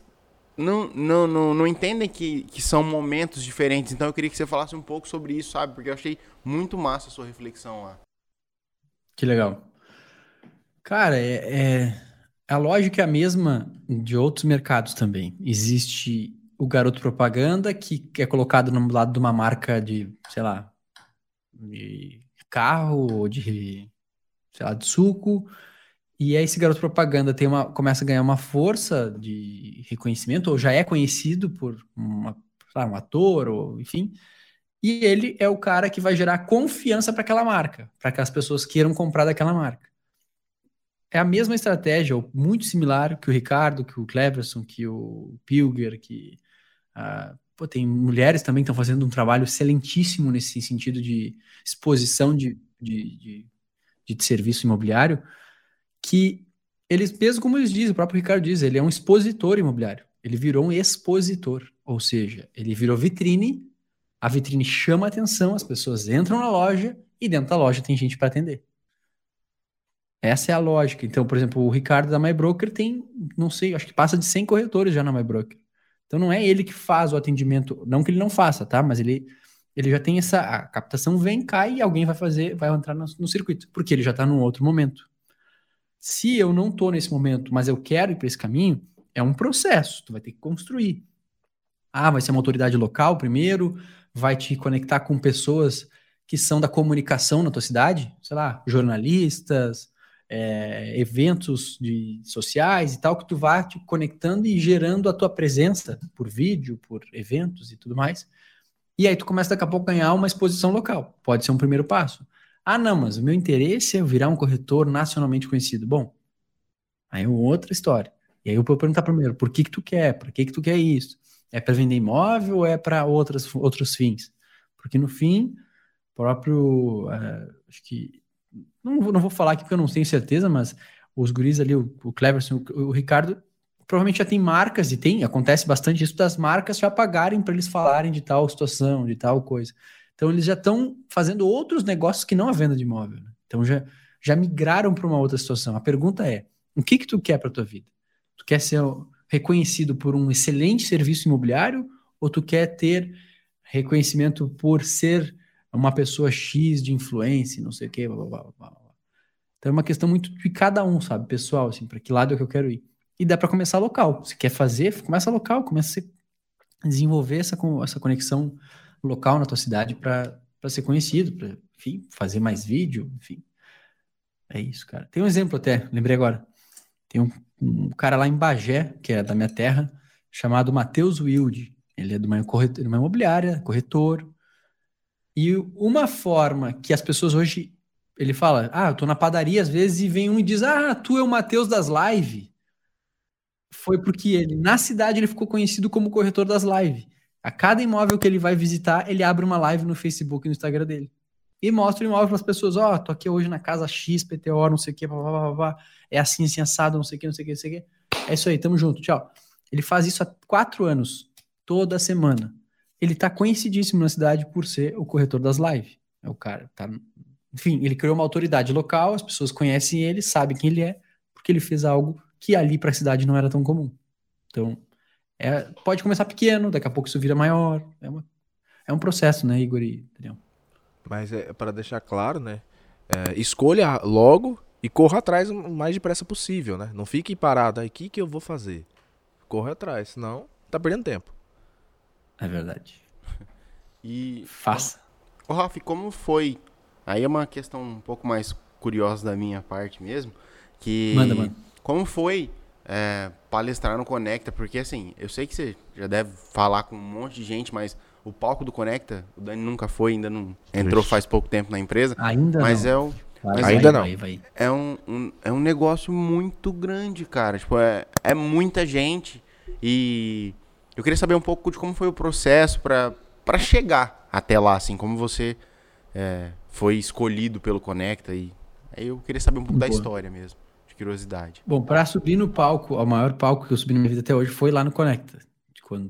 não entendem que são momentos diferentes. Então eu queria que você falasse um pouco sobre isso, sabe? Porque eu achei muito massa a sua reflexão lá. Que legal. Cara, a lógica é a mesma de outros mercados também. Existe o garoto propaganda que é colocado no lado de uma marca de, sei lá, de carro ou de, sei lá, de suco. E aí esse garoto propaganda começa a ganhar uma força de reconhecimento, ou já é conhecido por sei lá, um ator, ou enfim. E ele é o cara que vai gerar confiança para aquela marca, para que as pessoas queiram comprar daquela marca. É a mesma estratégia, ou muito similar que o Ricardo, que o Cleverson, que o Pilger, tem mulheres também que estão fazendo um trabalho excelentíssimo nesse sentido de exposição de serviço imobiliário, que eles, mesmo como eles dizem, o próprio Ricardo diz, ele é um expositor imobiliário. Ele virou um expositor, ou seja, ele virou vitrine, a vitrine chama a atenção, as pessoas entram na loja e dentro da loja tem gente para atender. Essa é a lógica. Então, por exemplo, o Ricardo da MyBroker tem, não sei, acho que passa de 100 corretores já na MyBroker. Então, não é ele que faz o atendimento, não que ele não faça, tá? Mas ele já tem a captação vem, cai e alguém vai entrar no circuito, porque ele já está num outro momento. Se eu não estou nesse momento, mas eu quero ir para esse caminho, é um processo, tu vai ter que construir. Vai ser uma autoridade local primeiro, vai te conectar com pessoas que são da comunicação na tua cidade, sei lá, jornalistas, eventos sociais e tal, que tu vai te conectando e gerando a tua presença por vídeo, por eventos e tudo mais. E aí tu começa daqui a pouco a ganhar uma exposição local. Pode ser um primeiro passo. Não, mas o meu interesse é virar um corretor nacionalmente conhecido. Bom, aí é outra história. E aí eu vou perguntar primeiro, por que tu quer? Por que tu quer isso? É para vender imóvel ou é para outros fins? Porque no fim, acho que não vou falar aqui porque eu não tenho certeza, mas os guris ali, o Cleverson, o Ricardo, provavelmente já tem marcas, e acontece bastante isso das marcas já pagarem para eles falarem de tal situação, de tal coisa. Então eles já estão fazendo outros negócios que não a venda de imóvel, né? Então já migraram para uma outra situação. A pergunta é, o que tu quer para tua vida? Tu quer ser reconhecido por um excelente serviço imobiliário ou tu quer ter reconhecimento por ser uma pessoa X de influência, não sei o quê, blá, blá, blá, blá, blá. Então é uma questão muito de cada um, sabe, pessoal, assim, para que lado é que eu quero ir. E dá para começar local. Se quer fazer, começa local, começa a desenvolver essa conexão local na tua cidade para ser conhecido, para, enfim, fazer mais vídeo, enfim. É isso, cara. Tem um exemplo até, lembrei agora. Tem um cara lá em Bagé, que é da minha terra, chamado Matheus Wilde. Ele é de uma imobiliária, corretor. E uma forma que as pessoas hoje... Ele fala, eu tô na padaria às vezes e vem um e diz, tu é o Matheus das lives. Foi porque ele, na cidade, ele ficou conhecido como corretor das lives. A cada imóvel que ele vai visitar, ele abre uma live no Facebook e no Instagram dele. E mostra o imóvel para as pessoas, tô aqui hoje na casa X, PTO, não sei o que, é assim, assim, assado, não sei o que, não sei o que, não sei o que. É isso aí, tamo junto, tchau. Ele faz isso há 4 anos, toda semana. Ele tá conhecidíssimo na cidade por ser o corretor das lives. É o cara, tá... Enfim, ele criou uma autoridade local, as pessoas conhecem ele, sabem quem ele é, porque ele fez algo que ali para a cidade não era tão comum. Então, pode começar pequeno, daqui a pouco isso vira maior. É um processo, né, Igor e Daniel? Mas para deixar claro, né? Escolha logo e corra atrás o mais depressa possível, né? Não fique parado aí, o que eu vou fazer? Corra atrás, senão tá perdendo tempo. É verdade. E faça. Ô, Rafa, como foi? Aí é uma questão um pouco mais curiosa da minha parte mesmo, que... Manda. Como foi palestrar no Conecta? Porque, assim, eu sei que você já deve falar com um monte de gente, mas o palco do Conecta, o Dani nunca foi, ainda não entrou faz pouco tempo na empresa. Ainda mas não. Ainda não. Vai. É um negócio muito grande, cara. Tipo, é muita gente. E eu queria saber um pouco de como foi o processo para chegar até lá, assim, como você foi escolhido pelo Conecta. E aí eu queria saber um pouco da história mesmo. Curiosidade. Bom, para subir no palco, o maior palco que eu subi na minha vida até hoje foi lá no Conecta. Quando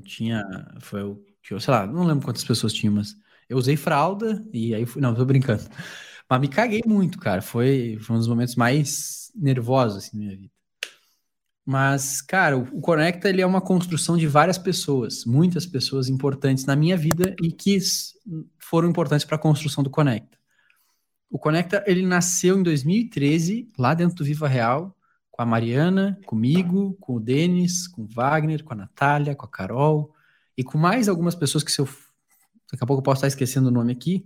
sei lá, não lembro quantas pessoas tinham, mas eu usei fralda e aí fui. Não, tô brincando. Mas me caguei muito, cara. Foi um dos momentos mais nervosos assim, da minha vida. Mas, cara, o Conecta ele é uma construção de várias pessoas, muitas pessoas importantes na minha vida e que foram importantes para a construção do Conecta. O Conecta, ele nasceu em 2013, lá dentro do Viva Real, com a Mariana, comigo, com o Denis, com o Wagner, com a Natália, com a Carol, e com mais algumas pessoas que daqui a pouco eu posso estar esquecendo o nome aqui,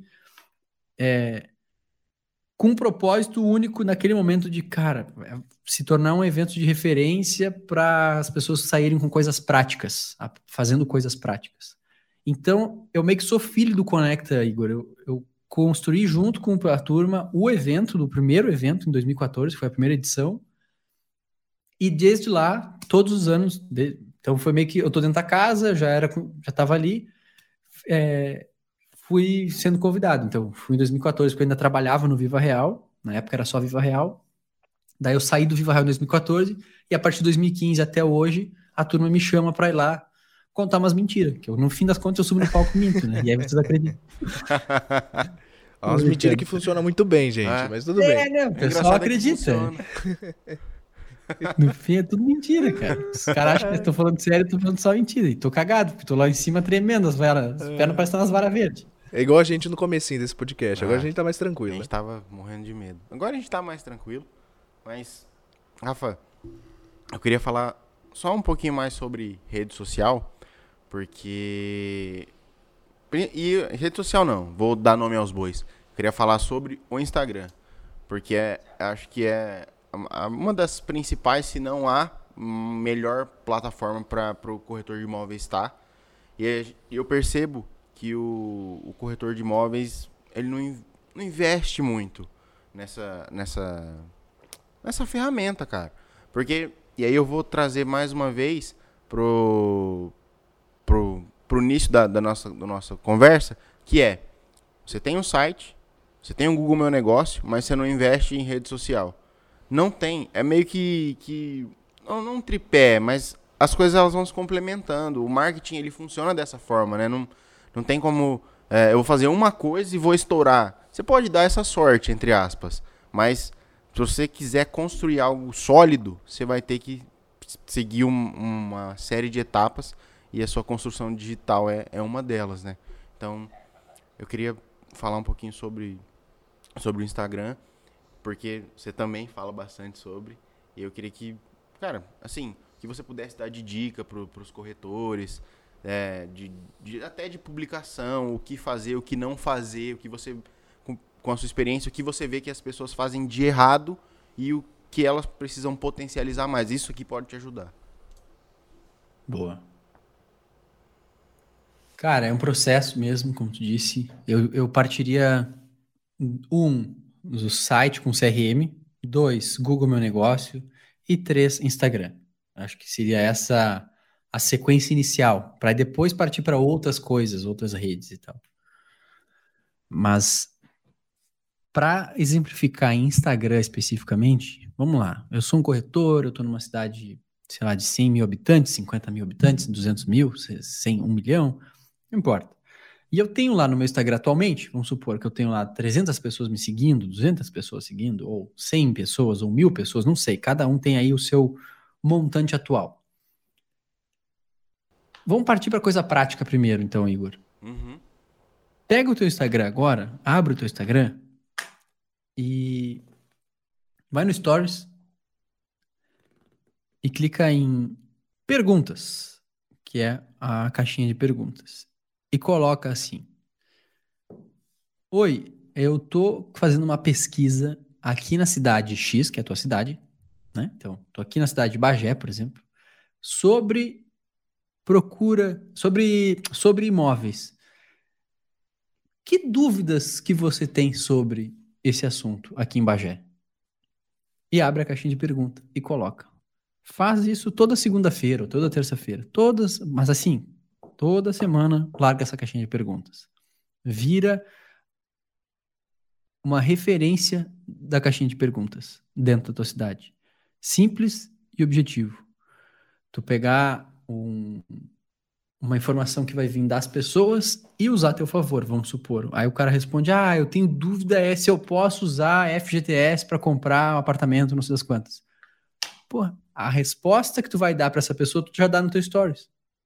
com um propósito único naquele momento de, cara, se tornar um evento de referência para as pessoas saírem com coisas práticas, fazendo coisas práticas. Então, eu meio que sou filho do Conecta, Igor. Eu construí junto com a turma o evento, do primeiro evento, em 2014, foi a primeira edição. E desde lá, todos os anos... Então foi meio que... Eu tô dentro da casa, já estava ali, fui sendo convidado. Então, fui em 2014, porque eu ainda trabalhava no Viva Real. Na época era só Viva Real. Daí eu saí do Viva Real em 2014, e a partir de 2015 até hoje, a turma me chama para ir lá contar umas mentiras, que no fim das contas eu subo no palco e minto, né? E aí vocês acreditam. Umas mentiras que funcionam muito bem, gente, mas tudo bem. Né? O pessoal acredita. No fim é tudo mentira, cara. Os caras acham que eu tô falando sério, eu tô falando só mentira. E tô cagado, porque tô lá em cima tremendo, as pernas parecem umas varas verdes. É igual a gente no comecinho desse podcast, agora a gente tá mais tranquilo. A gente tava morrendo de medo. Agora a gente tá mais tranquilo, mas... Rafa, eu queria falar só um pouquinho mais sobre rede social, porque... E rede social não, vou dar nome aos bois. Eu queria falar sobre o Instagram, porque acho que é uma das principais, se não a melhor plataforma para o corretor de imóveis estar. E eu percebo que o corretor de imóveis ele não investe muito nessa ferramenta, cara. Porque, e aí eu vou trazer mais uma vez pro início da nossa conversa, que é, você tem um site, você tem um Google Meu Negócio, mas você não investe em rede social. Não tem, é meio que não um tripé, mas as coisas elas vão se complementando. O marketing ele funciona dessa forma, né? Não tem como eu vou fazer uma coisa e vou estourar. Você pode dar essa sorte, entre aspas, mas se você quiser construir algo sólido, você vai ter que seguir uma série de etapas e a sua construção digital é uma delas, né? Então, eu queria falar um pouquinho sobre o Instagram, porque você também fala bastante sobre, e eu queria que, cara, assim, que você pudesse dar de dica para os corretores, até de publicação, o que fazer, o que não fazer, o que você, com a sua experiência, o que você vê que as pessoas fazem de errado e o que elas precisam potencializar mais. Isso aqui pode te ajudar. Boa. Cara, é um processo mesmo, como tu disse. Eu partiria, do site com CRM, 2, Google Meu Negócio e 3, Instagram. Acho que seria essa a sequência inicial, para depois partir para outras coisas, outras redes e tal. Mas para exemplificar em Instagram especificamente, vamos lá. Eu sou um corretor, eu estou numa cidade, sei lá, de 100 mil habitantes, 50 mil habitantes, 200 mil, 100, 1 milhão, não importa. E eu tenho lá no meu Instagram atualmente, vamos supor que eu tenho lá 300 pessoas me seguindo, 200 pessoas seguindo, ou 100 pessoas, ou 1.000 pessoas, não sei. Cada um tem aí o seu montante atual. Vamos partir para coisa prática primeiro, então, Igor. Uhum. Pega o teu Instagram agora, abre o teu Instagram e vai no Stories e clica em Perguntas, que é a caixinha de perguntas. E coloca assim: Oi, eu tô fazendo uma pesquisa aqui na cidade X, que é a tua cidade, né? Então, tô aqui na cidade de Bagé, por exemplo, sobre sobre imóveis. Que dúvidas que você tem sobre esse assunto aqui em Bagé? E abre a caixinha de pergunta e coloca. Faz isso toda segunda-feira ou toda terça-feira. Mas assim, toda semana larga essa caixinha de perguntas. Vira uma referência da caixinha de perguntas dentro da tua cidade. Simples e objetivo. Tu pegar uma informação que vai vir das pessoas e usar a teu favor, vamos supor. Aí o cara responde: eu tenho dúvida se eu posso usar FGTS para comprar um apartamento, não sei das quantas. Pô, a resposta que tu vai dar para essa pessoa, tu já dá no teu stories.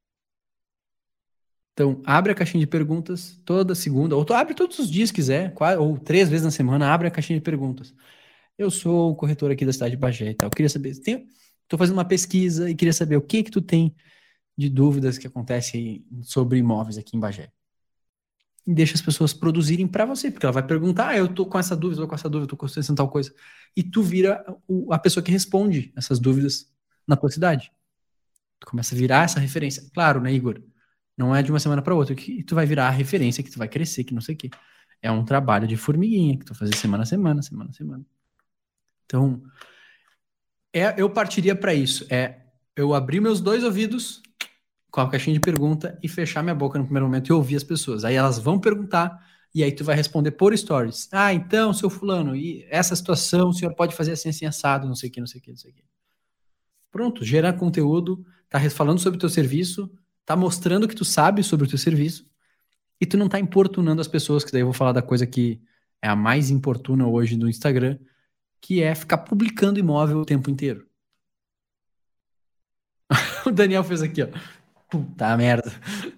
Então, abre a caixinha de perguntas toda segunda, ou tu abre todos os dias se quiser, ou 3 vezes na semana, abre a caixinha de perguntas. Eu sou o corretor aqui da cidade de Bagé e tal. Queria saber, tô fazendo uma pesquisa e queria saber o que tu tem de dúvidas que acontecem sobre imóveis aqui em Bagé. E deixa as pessoas produzirem para você, porque ela vai perguntar: eu tô com essa dúvida, tô com essa dúvida, tô com essa tal coisa. E tu vira a pessoa que responde essas dúvidas na tua cidade. Tu começa a virar essa referência. Claro, né, Igor? Não é de uma semana para outra que tu vai virar a referência, que tu vai crescer, que não sei o quê. É um trabalho de formiguinha, que tu vai fazer semana a semana, semana a semana. Então, eu partiria para isso. Eu abrir meus 2 ouvidos com a caixinha de pergunta e fechar minha boca no primeiro momento e ouvir as pessoas. Aí elas vão perguntar e aí tu vai responder por stories. Então, seu fulano, e essa situação o senhor pode fazer assim, assim, assado, não sei o que, não sei o que, não sei o que. Pronto, gera conteúdo, tá falando sobre o teu serviço, tá mostrando que tu sabe sobre o teu serviço e tu não tá importunando as pessoas, que daí eu vou falar da coisa que é a mais importuna hoje do Instagram, que é ficar publicando imóvel o tempo inteiro. O Daniel fez aqui, ó. Puta merda.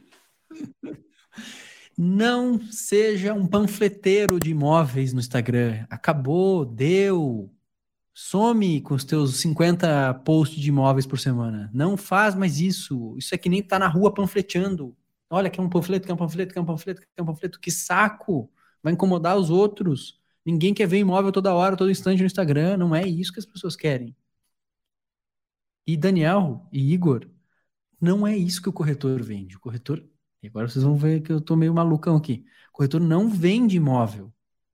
Não seja um panfleteiro de imóveis no Instagram. Acabou, deu. Some com os teus 50 posts de imóveis por semana. Não faz mais isso. Isso é que nem tá na rua panfleteando. Olha, quer um panfleto, quer um panfleto, quer um panfleto, quer um panfleto. Que saco! Vai incomodar os outros. Ninguém quer ver imóvel toda hora, todo instante no Instagram. Não é isso que as pessoas querem. E Daniel e Igor, não é isso que o corretor vende. O corretor... E agora vocês vão ver que eu tô meio malucão aqui. O corretor não vende imóvel.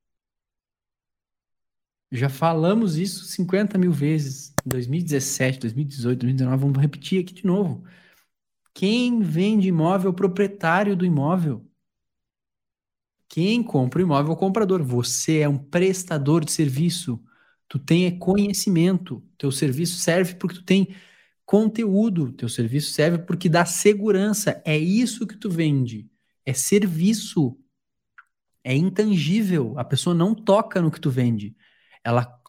Já falamos isso 50 mil vezes. Em 2017, 2018, 2019, vamos repetir aqui de novo. Quem vende imóvel é o proprietário do imóvel. Quem compra o imóvel é o comprador. Você é um prestador de serviço. Tu tem conhecimento. Teu serviço serve porque tu tem conteúdo. Teu serviço serve porque dá segurança. É isso que tu vende. É serviço. É intangível. A pessoa não toca no que tu vende. Ela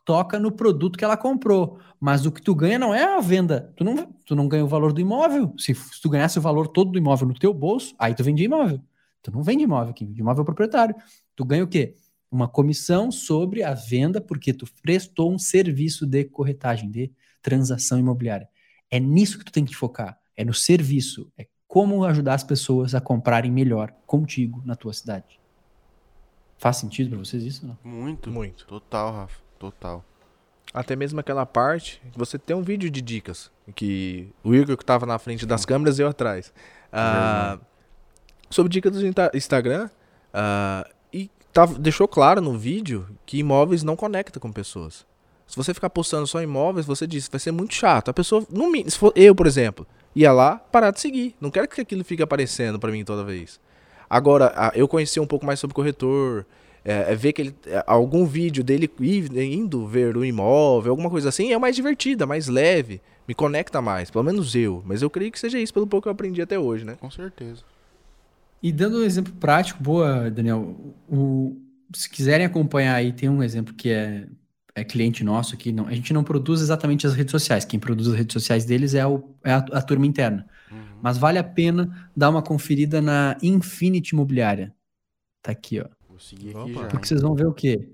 toca no produto que ela comprou, mas o que tu ganha não é a venda. Tu não ganha o valor do imóvel. Se tu ganhasse o valor todo do imóvel no teu bolso, aí tu vende imóvel. Tu não vende imóvel, quem vende imóvel é o proprietário. Tu ganha o quê? Uma comissão sobre a venda porque tu prestou um serviço de corretagem, de transação imobiliária. É nisso que tu tem que te focar. É no serviço. É como ajudar as pessoas a comprarem melhor contigo na tua cidade. Faz sentido pra vocês isso, não? Muito. Muito. Total, Rafa. Total. Até mesmo aquela parte, você tem um vídeo de dicas, que o Igor que tava na frente das câmeras e eu atrás. Sobre dicas do Instagram, e deixou claro no vídeo que imóveis não conecta com pessoas. Se você ficar postando só imóveis, você disse, vai ser muito chato. A pessoa, se for eu, por exemplo, ia lá parar de seguir. Não quero que aquilo fique aparecendo pra mim toda vez. Agora, eu conheci um pouco mais sobre corretor, ver que algum vídeo dele indo ver o imóvel, alguma coisa assim, é mais divertida, mais leve, me conecta mais, pelo menos eu. Mas eu creio que seja isso, pelo pouco que eu aprendi até hoje, né? Com certeza. E dando um exemplo prático, boa, Daniel, se quiserem acompanhar aí, tem um exemplo que é cliente nosso aqui. A gente não produz exatamente as redes sociais. Quem produz as redes sociais deles é a turma interna. Mas vale a pena dar uma conferida na Infinity Imobiliária. Tá aqui, ó. Vou seguir aqui já. Porque vocês vão ver o quê?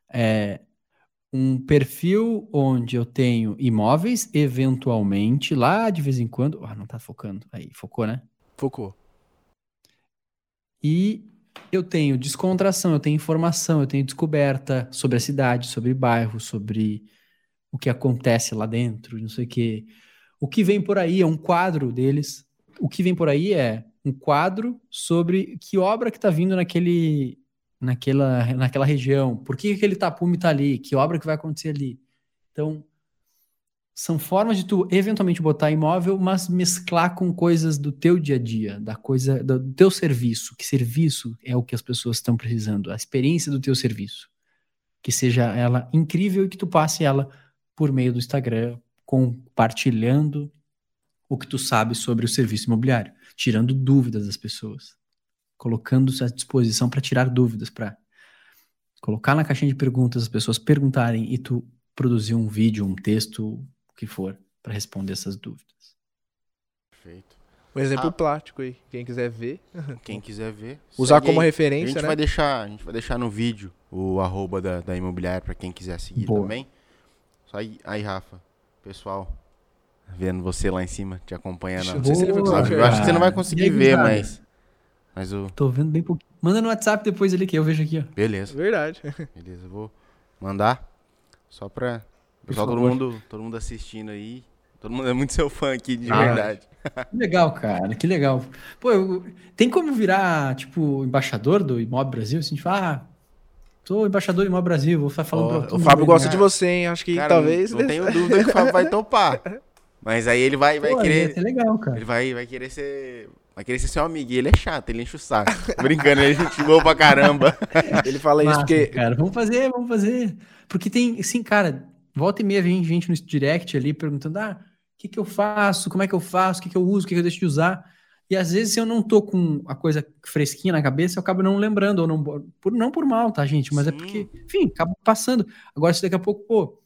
Um perfil onde eu tenho imóveis, eventualmente, lá de vez em quando... não tá focando. Aí, focou, né? Focou. E eu tenho descontração, eu tenho informação, eu tenho descoberta sobre a cidade, sobre bairro, sobre o que acontece lá dentro, não sei o quê. O que vem por aí é um quadro deles. O que vem por aí é um quadro sobre que obra que está vindo naquela região. Por que aquele tapume está ali? Que obra que vai acontecer ali? Então, são formas de tu eventualmente botar imóvel, mas mesclar com coisas do teu dia a dia, do teu serviço. Que serviço é o que as pessoas estão precisando? A experiência do teu serviço. Que seja ela incrível e que tu passe ela por meio do Instagram, compartilhando o que tu sabe sobre o serviço imobiliário, tirando dúvidas das pessoas, colocando-se à disposição para tirar dúvidas, para colocar na caixinha de perguntas, as pessoas perguntarem e tu produzir um vídeo, um texto, o que for, para responder essas dúvidas. Perfeito. Um exemplo prático aí, quem quiser ver. Quem quiser ver. Usar como referência, a gente vai deixar no vídeo o @, da imobiliária para quem quiser seguir também. Só aí, Rafa, pessoal, vendo você lá em cima, te acompanhando. Não sei se ele vai conseguir Eu acho que você não vai conseguir ver, mas o... Tô vendo bem pouquinho. Manda no WhatsApp depois ali que eu vejo aqui, ó. Beleza. Verdade. Beleza, eu vou mandar só pra... Pessoal, todo mundo assistindo aí. Todo mundo é muito seu fã aqui, de verdade. Que legal, cara, que legal. Pô, tem como virar, tipo, embaixador do Imob Brasil? Assim, tipo, sou embaixador do Imob Brasil, vou estar falando pra todo mundo. O Fábio gosta de você, hein? Acho que cara, talvez... Não tenho dúvida que o Fábio vai topar. Mas aí ele vai querer... Vai ser legal, cara. Ele vai querer ser... Vai querer ser seu amigo. E ele é chato, ele enche o saco. Tô brincando, ele é gente boa pra caramba. Ele fala isso porque... Cara, vamos fazer. Porque tem, assim, cara, volta e meia vem gente no direct ali perguntando, o que eu faço? Como é que eu faço? O que eu uso? O que eu deixo de usar? E às vezes se eu não tô com a coisa fresquinha na cabeça, eu acabo não lembrando, ou não por mal, tá, gente? Mas é porque, enfim, acabo passando. Agora, se daqui a pouco,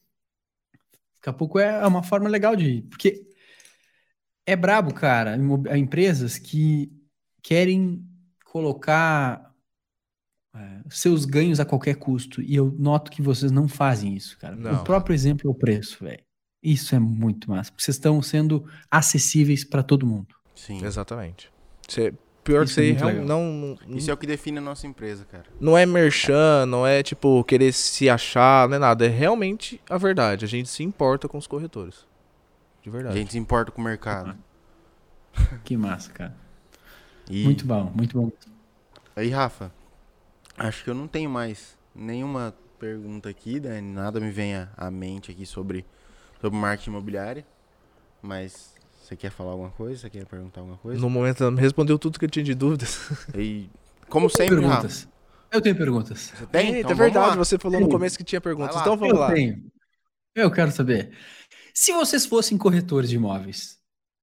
é uma forma legal de... Porque é brabo, cara, empresas que querem colocar seus ganhos a qualquer custo. E eu noto que vocês não fazem isso, cara. Não. O próprio exemplo é o preço, velho. Isso é muito massa. Porque vocês estão sendo acessíveis para todo mundo. Sim. Exatamente. Pior que você não... Isso é o que define a nossa empresa, cara. Não é merchan, não é tipo querer se achar, não é nada. É realmente a verdade. A gente se importa com os corretores. De verdade. A gente se importa com o mercado. Que massa, cara. Muito bom, muito bom. Aí, Rafa, acho que eu não tenho mais nenhuma pergunta aqui, né? Nada me vem à mente aqui sobre marketing imobiliário. Mas você quer falar alguma coisa? Você quer perguntar alguma coisa? No momento, ela me respondeu tudo que eu tinha de dúvidas. E, como sempre, perguntas. Rafa. Eu tenho perguntas. Você tem? Então, é verdade, você falou no começo que tinha perguntas. Então vamos lá. Eu quero saber. Se vocês fossem corretores de imóveis,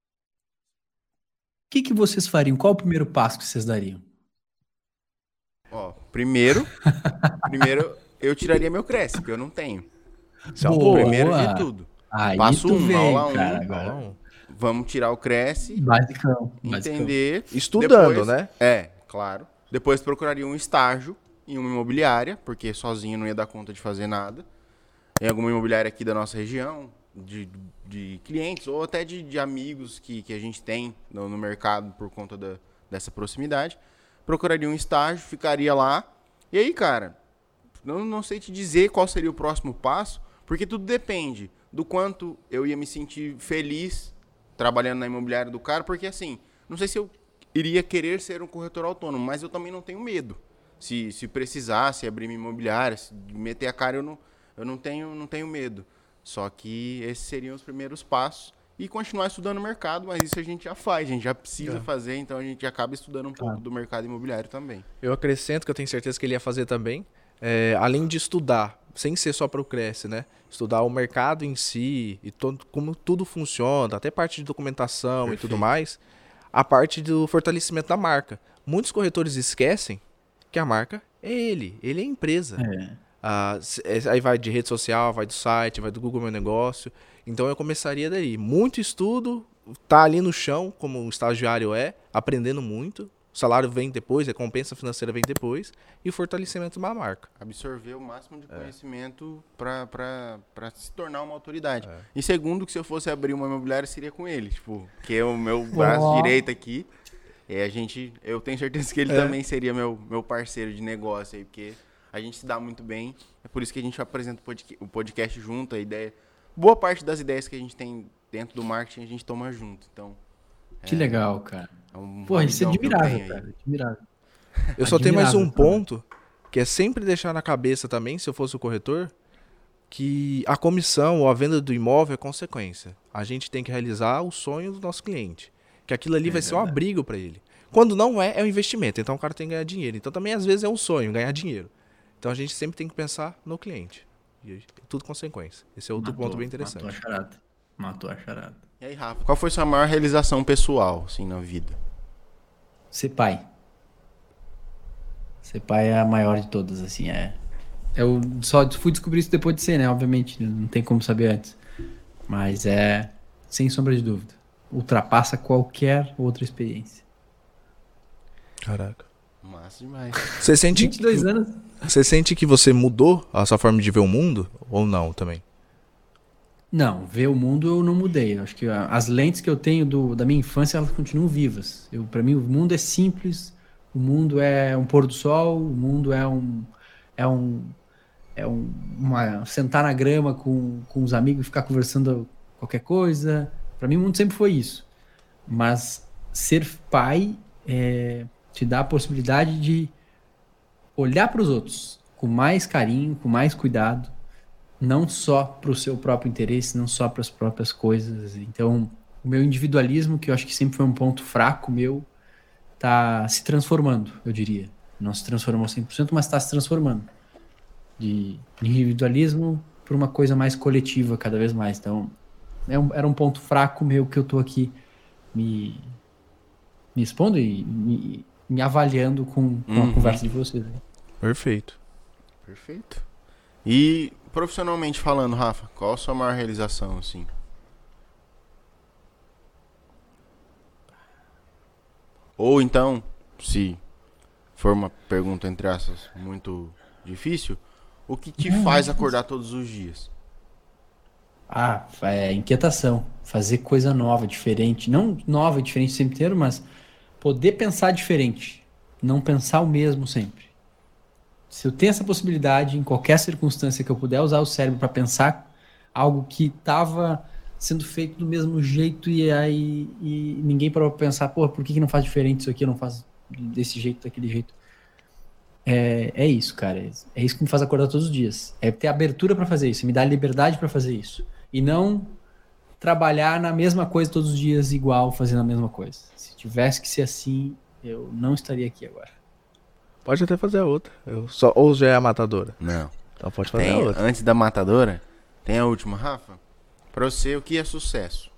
o que vocês fariam? Qual o primeiro passo que vocês dariam? Primeiro eu tiraria meu Cresce, porque eu não tenho. Isso é uma Boa. boa. Primeiro de tudo. Aí Passo tu 1, vem, aula 1. cara, Aula agora. um. Vamos tirar o Cresce, Basicão. entender. Estudando, depois, né? Claro. Depois procuraria um estágio em uma imobiliária, porque sozinho não ia dar conta de fazer nada. Em alguma imobiliária aqui da nossa região, de clientes ou até de amigos que a gente tem no mercado por conta dessa proximidade. Procuraria um estágio, ficaria lá. E aí, cara, não sei te dizer qual seria o próximo passo, porque tudo depende do quanto eu ia me sentir feliz trabalhando na imobiliária do cara, porque assim, não sei se eu iria querer ser um corretor autônomo, mas eu também não tenho medo. Se precisasse abrir minha imobiliária, se meter a cara, eu não tenho medo. Só que esses seriam os primeiros passos e continuar estudando o mercado, mas isso a gente já faz, a gente já precisa fazer, então a gente acaba estudando um pouco do mercado imobiliário também. Eu acrescento que eu tenho certeza que ele ia fazer também, além de estudar, sem ser só para o Cresce, né? Estudar o mercado em si e como tudo funciona, até parte de documentação Perfeito. e tudo mais, a parte do fortalecimento da marca. Muitos corretores esquecem que a marca é ele é a empresa. Aí vai de rede social, vai do site, vai do Google Meu Negócio. Então eu começaria daí. Muito estudo, tá ali no chão, como o estagiário aprendendo muito. O salário vem depois, a recompensa financeira vem depois. E o fortalecimento da marca. Absorver o máximo de conhecimento para se tornar uma autoridade. E segundo, que se eu fosse abrir uma imobiliária, seria com ele. Tipo, que é o meu braço direito aqui. Eu tenho certeza que ele também seria meu parceiro de negócio aí, porque a gente se dá muito bem. É por isso que a gente apresenta o podcast junto, a ideia. Boa parte das ideias que a gente tem dentro do marketing a gente toma junto. Então, Que legal, cara. Porra, Isso é admirável, cara. Admirável. Eu só tenho mais um Admirável, ponto, que é sempre deixar na cabeça também, se eu fosse o corretor, que a comissão ou a venda do imóvel é consequência. A gente tem que realizar o sonho do nosso cliente. Que aquilo ali vai ser um abrigo para ele. Quando não é um investimento. Então o cara tem que ganhar dinheiro. Então também às vezes é um sonho, ganhar dinheiro. Então a gente sempre tem que pensar no cliente. E tudo consequência. Esse é outro ponto bem interessante. Matou a charada. E aí, Rafa, qual foi sua maior realização pessoal, assim, na vida? Ser pai. Ser pai é a maior de todas, assim, Eu só fui descobrir isso depois de ser, né? Obviamente, não tem como saber antes. Mas sem sombra de dúvida. Ultrapassa qualquer outra experiência. Caraca. Massa demais. Você sente 22 anos. Você sente que você mudou a sua forma de ver o mundo? Ou não também? Não, ver o mundo eu não mudei. Eu acho que as lentes que eu tenho da minha infância, elas continuam vivas. Para mim, o mundo é simples. O mundo é um pôr do sol. O mundo sentar na grama com os amigos e ficar conversando qualquer coisa. Para mim, o mundo sempre foi isso. Mas ser pai te dá a possibilidade de olhar para os outros com mais carinho, com mais cuidado, não só para o seu próprio interesse, não só para as próprias coisas. Então, o meu individualismo, que eu acho que sempre foi um ponto fraco meu, está se transformando, eu diria. Não se transformou 100%, mas está se transformando. De individualismo para uma coisa mais coletiva cada vez mais. Então, era um ponto fraco meu que eu estou aqui me expondo e me avaliando com a conversa de vocês. Perfeito. Perfeito. E profissionalmente falando, Rafa, qual a sua maior realização, assim? Ou então, se for uma pergunta, entre aspas, muito difícil, o que te faz acordar todos os dias? Inquietação. Fazer coisa nova, diferente. Não nova e diferente o tempo inteiro, mas poder pensar diferente. Não pensar o mesmo sempre. Se eu tenho essa possibilidade, em qualquer circunstância que eu puder usar o cérebro para pensar algo que estava sendo feito do mesmo jeito e ninguém parou para pensar, porra, por que não faz diferente isso aqui, eu não faço desse jeito, daquele jeito. É isso, cara. É isso que me faz acordar todos os dias. É ter abertura para fazer isso, me dar liberdade para fazer isso. E não trabalhar na mesma coisa todos os dias igual, fazendo a mesma coisa. Se tivesse que ser assim, eu não estaria aqui agora. Pode até fazer a outra. Ou já é a matadora? Não. Então pode fazer a outra. Antes da matadora, tem a última. Rafa, pra você, o que é sucesso?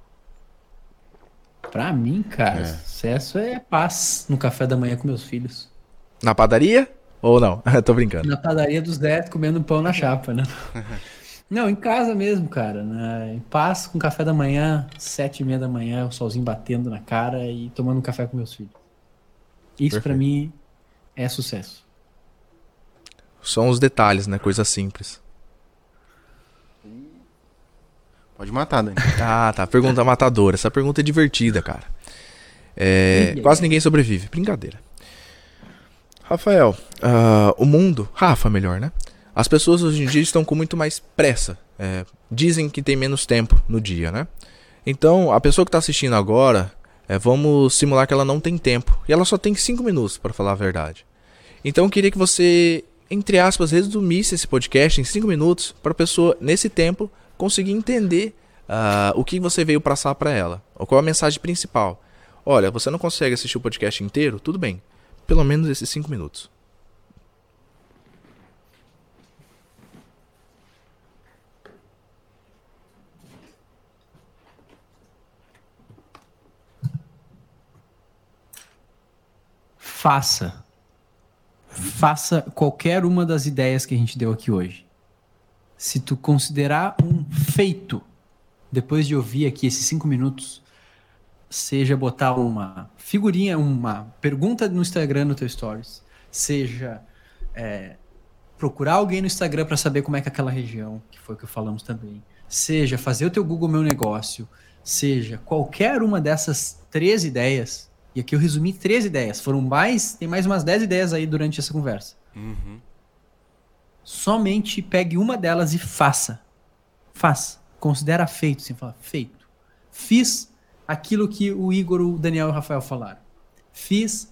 Pra mim, cara, sucesso é paz no café da manhã com meus filhos. Na padaria? Ou não? Tô brincando. Na padaria dos 10, comendo pão na chapa, né? Não, em casa mesmo, cara, né? Em paz, com café da manhã, 7h30 da manhã, o solzinho batendo na cara e tomando um café com meus filhos. Isso pra Perfeito. mim é sucesso. São os detalhes, né? Coisa simples. Pode matar, Dani. Ah, tá. Pergunta matadora. Essa pergunta é divertida, cara. Ai, ai, Quase ai. ninguém sobrevive. Brincadeira. Rafael, o mundo... Rafa, melhor, né? As pessoas hoje em dia estão com muito mais pressa. Dizem que tem menos tempo no dia, né? Então, a pessoa que está assistindo agora, vamos simular que ela não tem tempo. E ela só tem 5 minutos, para falar a verdade. Então, eu queria que você, entre aspas, resumisse esse podcast em 5 minutos, para a pessoa, nesse tempo, conseguir entender o que você veio passar para ela. Ou qual é a mensagem principal. Olha, você não consegue assistir o podcast inteiro? Tudo bem. Pelo menos esses 5 minutos. Faça qualquer uma das ideias que a gente deu aqui hoje. Se tu considerar um feito, depois de ouvir aqui esses 5 minutos, seja botar uma figurinha, uma pergunta no Instagram no teu Stories, seja procurar alguém no Instagram para saber como é que é aquela região, que foi o que falamos também, seja fazer o teu Google Meu Negócio, seja qualquer uma dessas 3 ideias, e aqui eu resumi 3 ideias, tem mais umas 10 ideias aí durante essa conversa. Uhum. Somente pegue uma delas e faça. Considera feito, assim, fala, feito. Fiz aquilo que o Igor, o Daniel e o Rafael falaram. Fiz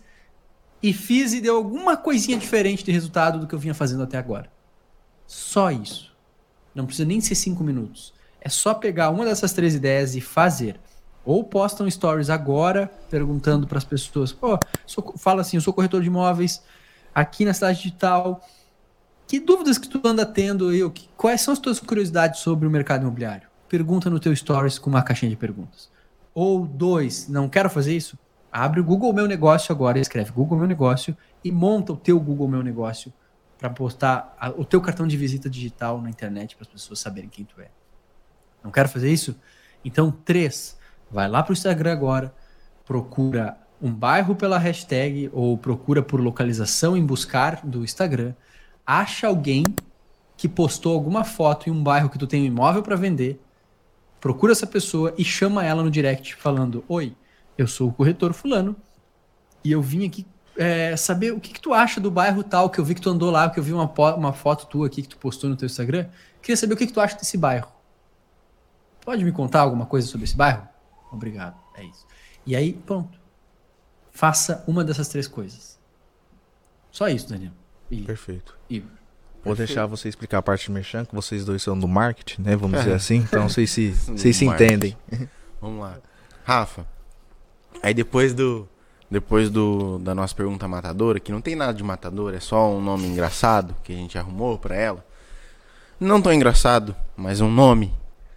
e deu alguma coisinha diferente de resultado do que eu vinha fazendo até agora. Só isso. Não precisa nem ser 5 minutos. É só pegar uma dessas 3 ideias e fazer. Ou posta um stories agora, perguntando para as pessoas, fala assim, eu sou corretor de imóveis, aqui na cidade de tal, que dúvidas que tu anda tendo aí? Quais são as tuas curiosidades sobre o mercado imobiliário? Pergunta no teu stories com uma caixinha de perguntas. Ou 2, não quero fazer isso? Abre o Google Meu Negócio agora, escreve Google Meu Negócio e monta o teu Google Meu Negócio para postar o teu cartão de visita digital na internet para as pessoas saberem quem tu é. Não quero fazer isso? Então, 3, vai lá para o Instagram agora, procura um bairro pela hashtag ou procura por localização em buscar do Instagram, acha alguém que postou alguma foto em um bairro que tu tem um imóvel para vender, procura essa pessoa e chama ela no direct falando, oi, eu sou o corretor fulano e eu vim aqui saber o que tu acha do bairro tal, que eu vi que tu andou lá, que eu vi uma foto tua aqui que tu postou no teu Instagram, queria saber o que tu acha desse bairro. Pode me contar alguma coisa sobre esse bairro? Obrigado, é isso. E aí, pronto. Faça uma dessas 3 coisas. Só isso, Daniel. Perfeito. Igor. Vou deixar você explicar a parte do merchan, que vocês dois são do marketing, né? Vamos dizer assim. Então vocês se entendem. Vamos lá. Rafa, aí depois da nossa pergunta matadora, que não tem nada de matador, é só um nome engraçado que a gente arrumou pra ela. Não tão engraçado, mas um nome.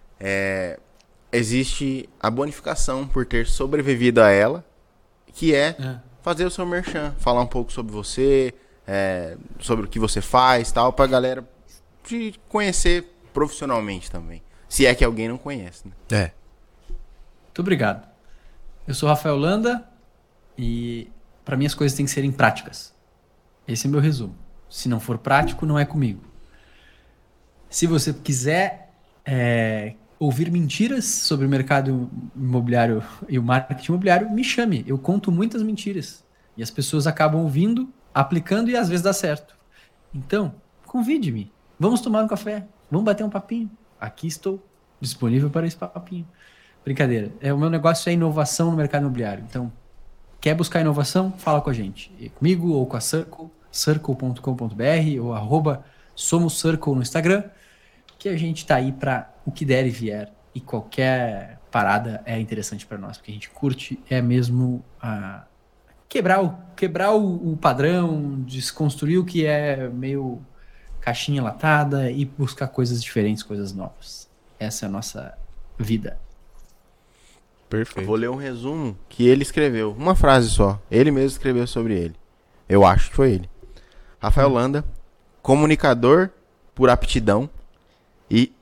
Existe a bonificação por ter sobrevivido a ela, que é fazer o seu merchan, falar um pouco sobre você, sobre o que você faz, tal, pra galera te conhecer profissionalmente também. Se é que alguém não conhece, né? Muito obrigado. Eu sou Rafael Landa e para mim as coisas têm que serem práticas. Esse é o meu resumo. Se não for prático, não é comigo. Se você quiser ouvir mentiras sobre o mercado imobiliário e o marketing imobiliário, me chame. Eu conto muitas mentiras. E as pessoas acabam ouvindo, aplicando e às vezes dá certo. Então, convide-me. Vamos tomar um café. Vamos bater um papinho. Aqui estou, disponível para esse papinho. Brincadeira. O meu negócio é inovação no mercado imobiliário. Então, quer buscar inovação? Fala com a gente. Comigo ou com a Circle, circle.com.br ou @somoscircle no Instagram, que a gente está aí para o que der e vier. E qualquer parada é interessante para nós, porque a gente curte mesmo quebrar o padrão, desconstruir o que é meio caixinha latada e buscar coisas diferentes, coisas novas. Essa é a nossa vida. Perfeito. Vou ler um resumo que ele escreveu. Uma frase só. Ele mesmo escreveu sobre ele. Eu acho que foi ele. Rafael Landa, comunicador por aptidão e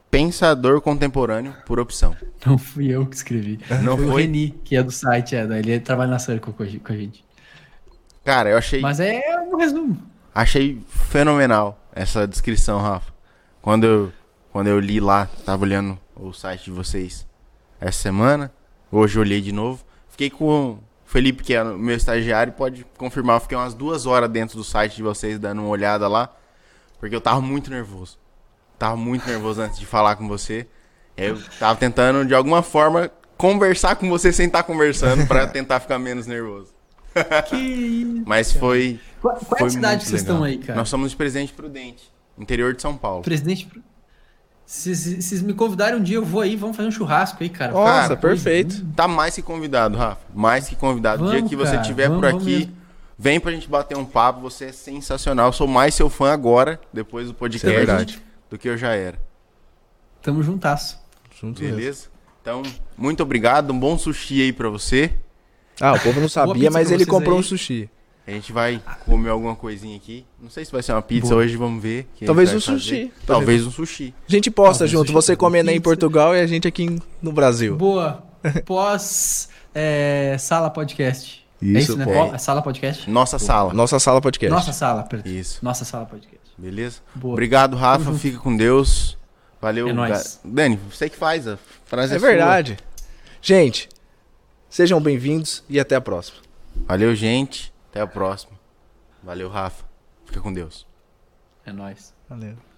pensador contemporâneo por opção. Não fui eu que escrevi. Não foi? O foi? Reni, que é do site, ele trabalha na Circle com a gente. Cara, eu achei... Mas é um resumo. Achei fenomenal essa descrição, Rafa. Quando eu li lá, tava olhando o site de vocês essa semana, hoje eu olhei de novo, fiquei com o Felipe, que é o meu estagiário, pode confirmar, eu fiquei umas 2 horas dentro do site de vocês, dando uma olhada lá, porque eu tava muito nervoso. Tava muito nervoso antes de falar com você. Eu tava tentando, de alguma forma, conversar com você sem estar conversando, pra tentar ficar menos nervoso. Que isso, Mas foi... Qual é foi a cidade muito que vocês legal. estão aí, cara? Nós somos de Presidente Prudente, interior de São Paulo. Presidente... Se vocês me convidarem um dia, eu vou aí, vamos fazer um churrasco aí, cara. Nossa, Cara, perfeito. Tá mais que convidado, Rafa. Mais que convidado. O dia Vamos, que você cara, estiver por vamos aqui, mesmo. vem pra gente bater um papo. Você é sensacional. Eu sou mais seu fã agora, depois do podcast, Isso é verdade. do que eu já era. Tamo juntasso. Junto mesmo. Beleza? Então, muito obrigado. Um bom sushi aí pra você. Ah, o povo não sabia, pizza mas pra ele vocês comprou aí. um sushi. A gente vai comer alguma coisinha aqui. Não sei se vai ser uma pizza Boa. hoje, vamos ver. Que a gente Talvez vai um fazer. sushi. Talvez um sushi. A gente posta Talvez junto, sushi, você talvez comendo aí em pizza. Portugal e a gente aqui no Brasil. Boa. Pós sala podcast. É Isso, isso, né? pô. Sala podcast? Nossa sala. Nossa sala podcast. Nossa sala, perdão. Isso. Nossa sala podcast. Beleza? Boa. Obrigado, Rafa. Tamo junto. Fica com Deus. Valeu. É nóis. Dani, você que faz. A frase É sua. verdade. Gente, sejam bem-vindos e até a próxima. Valeu, gente. Até a próxima. Valeu, Rafa. Fica com Deus. É nóis. Valeu.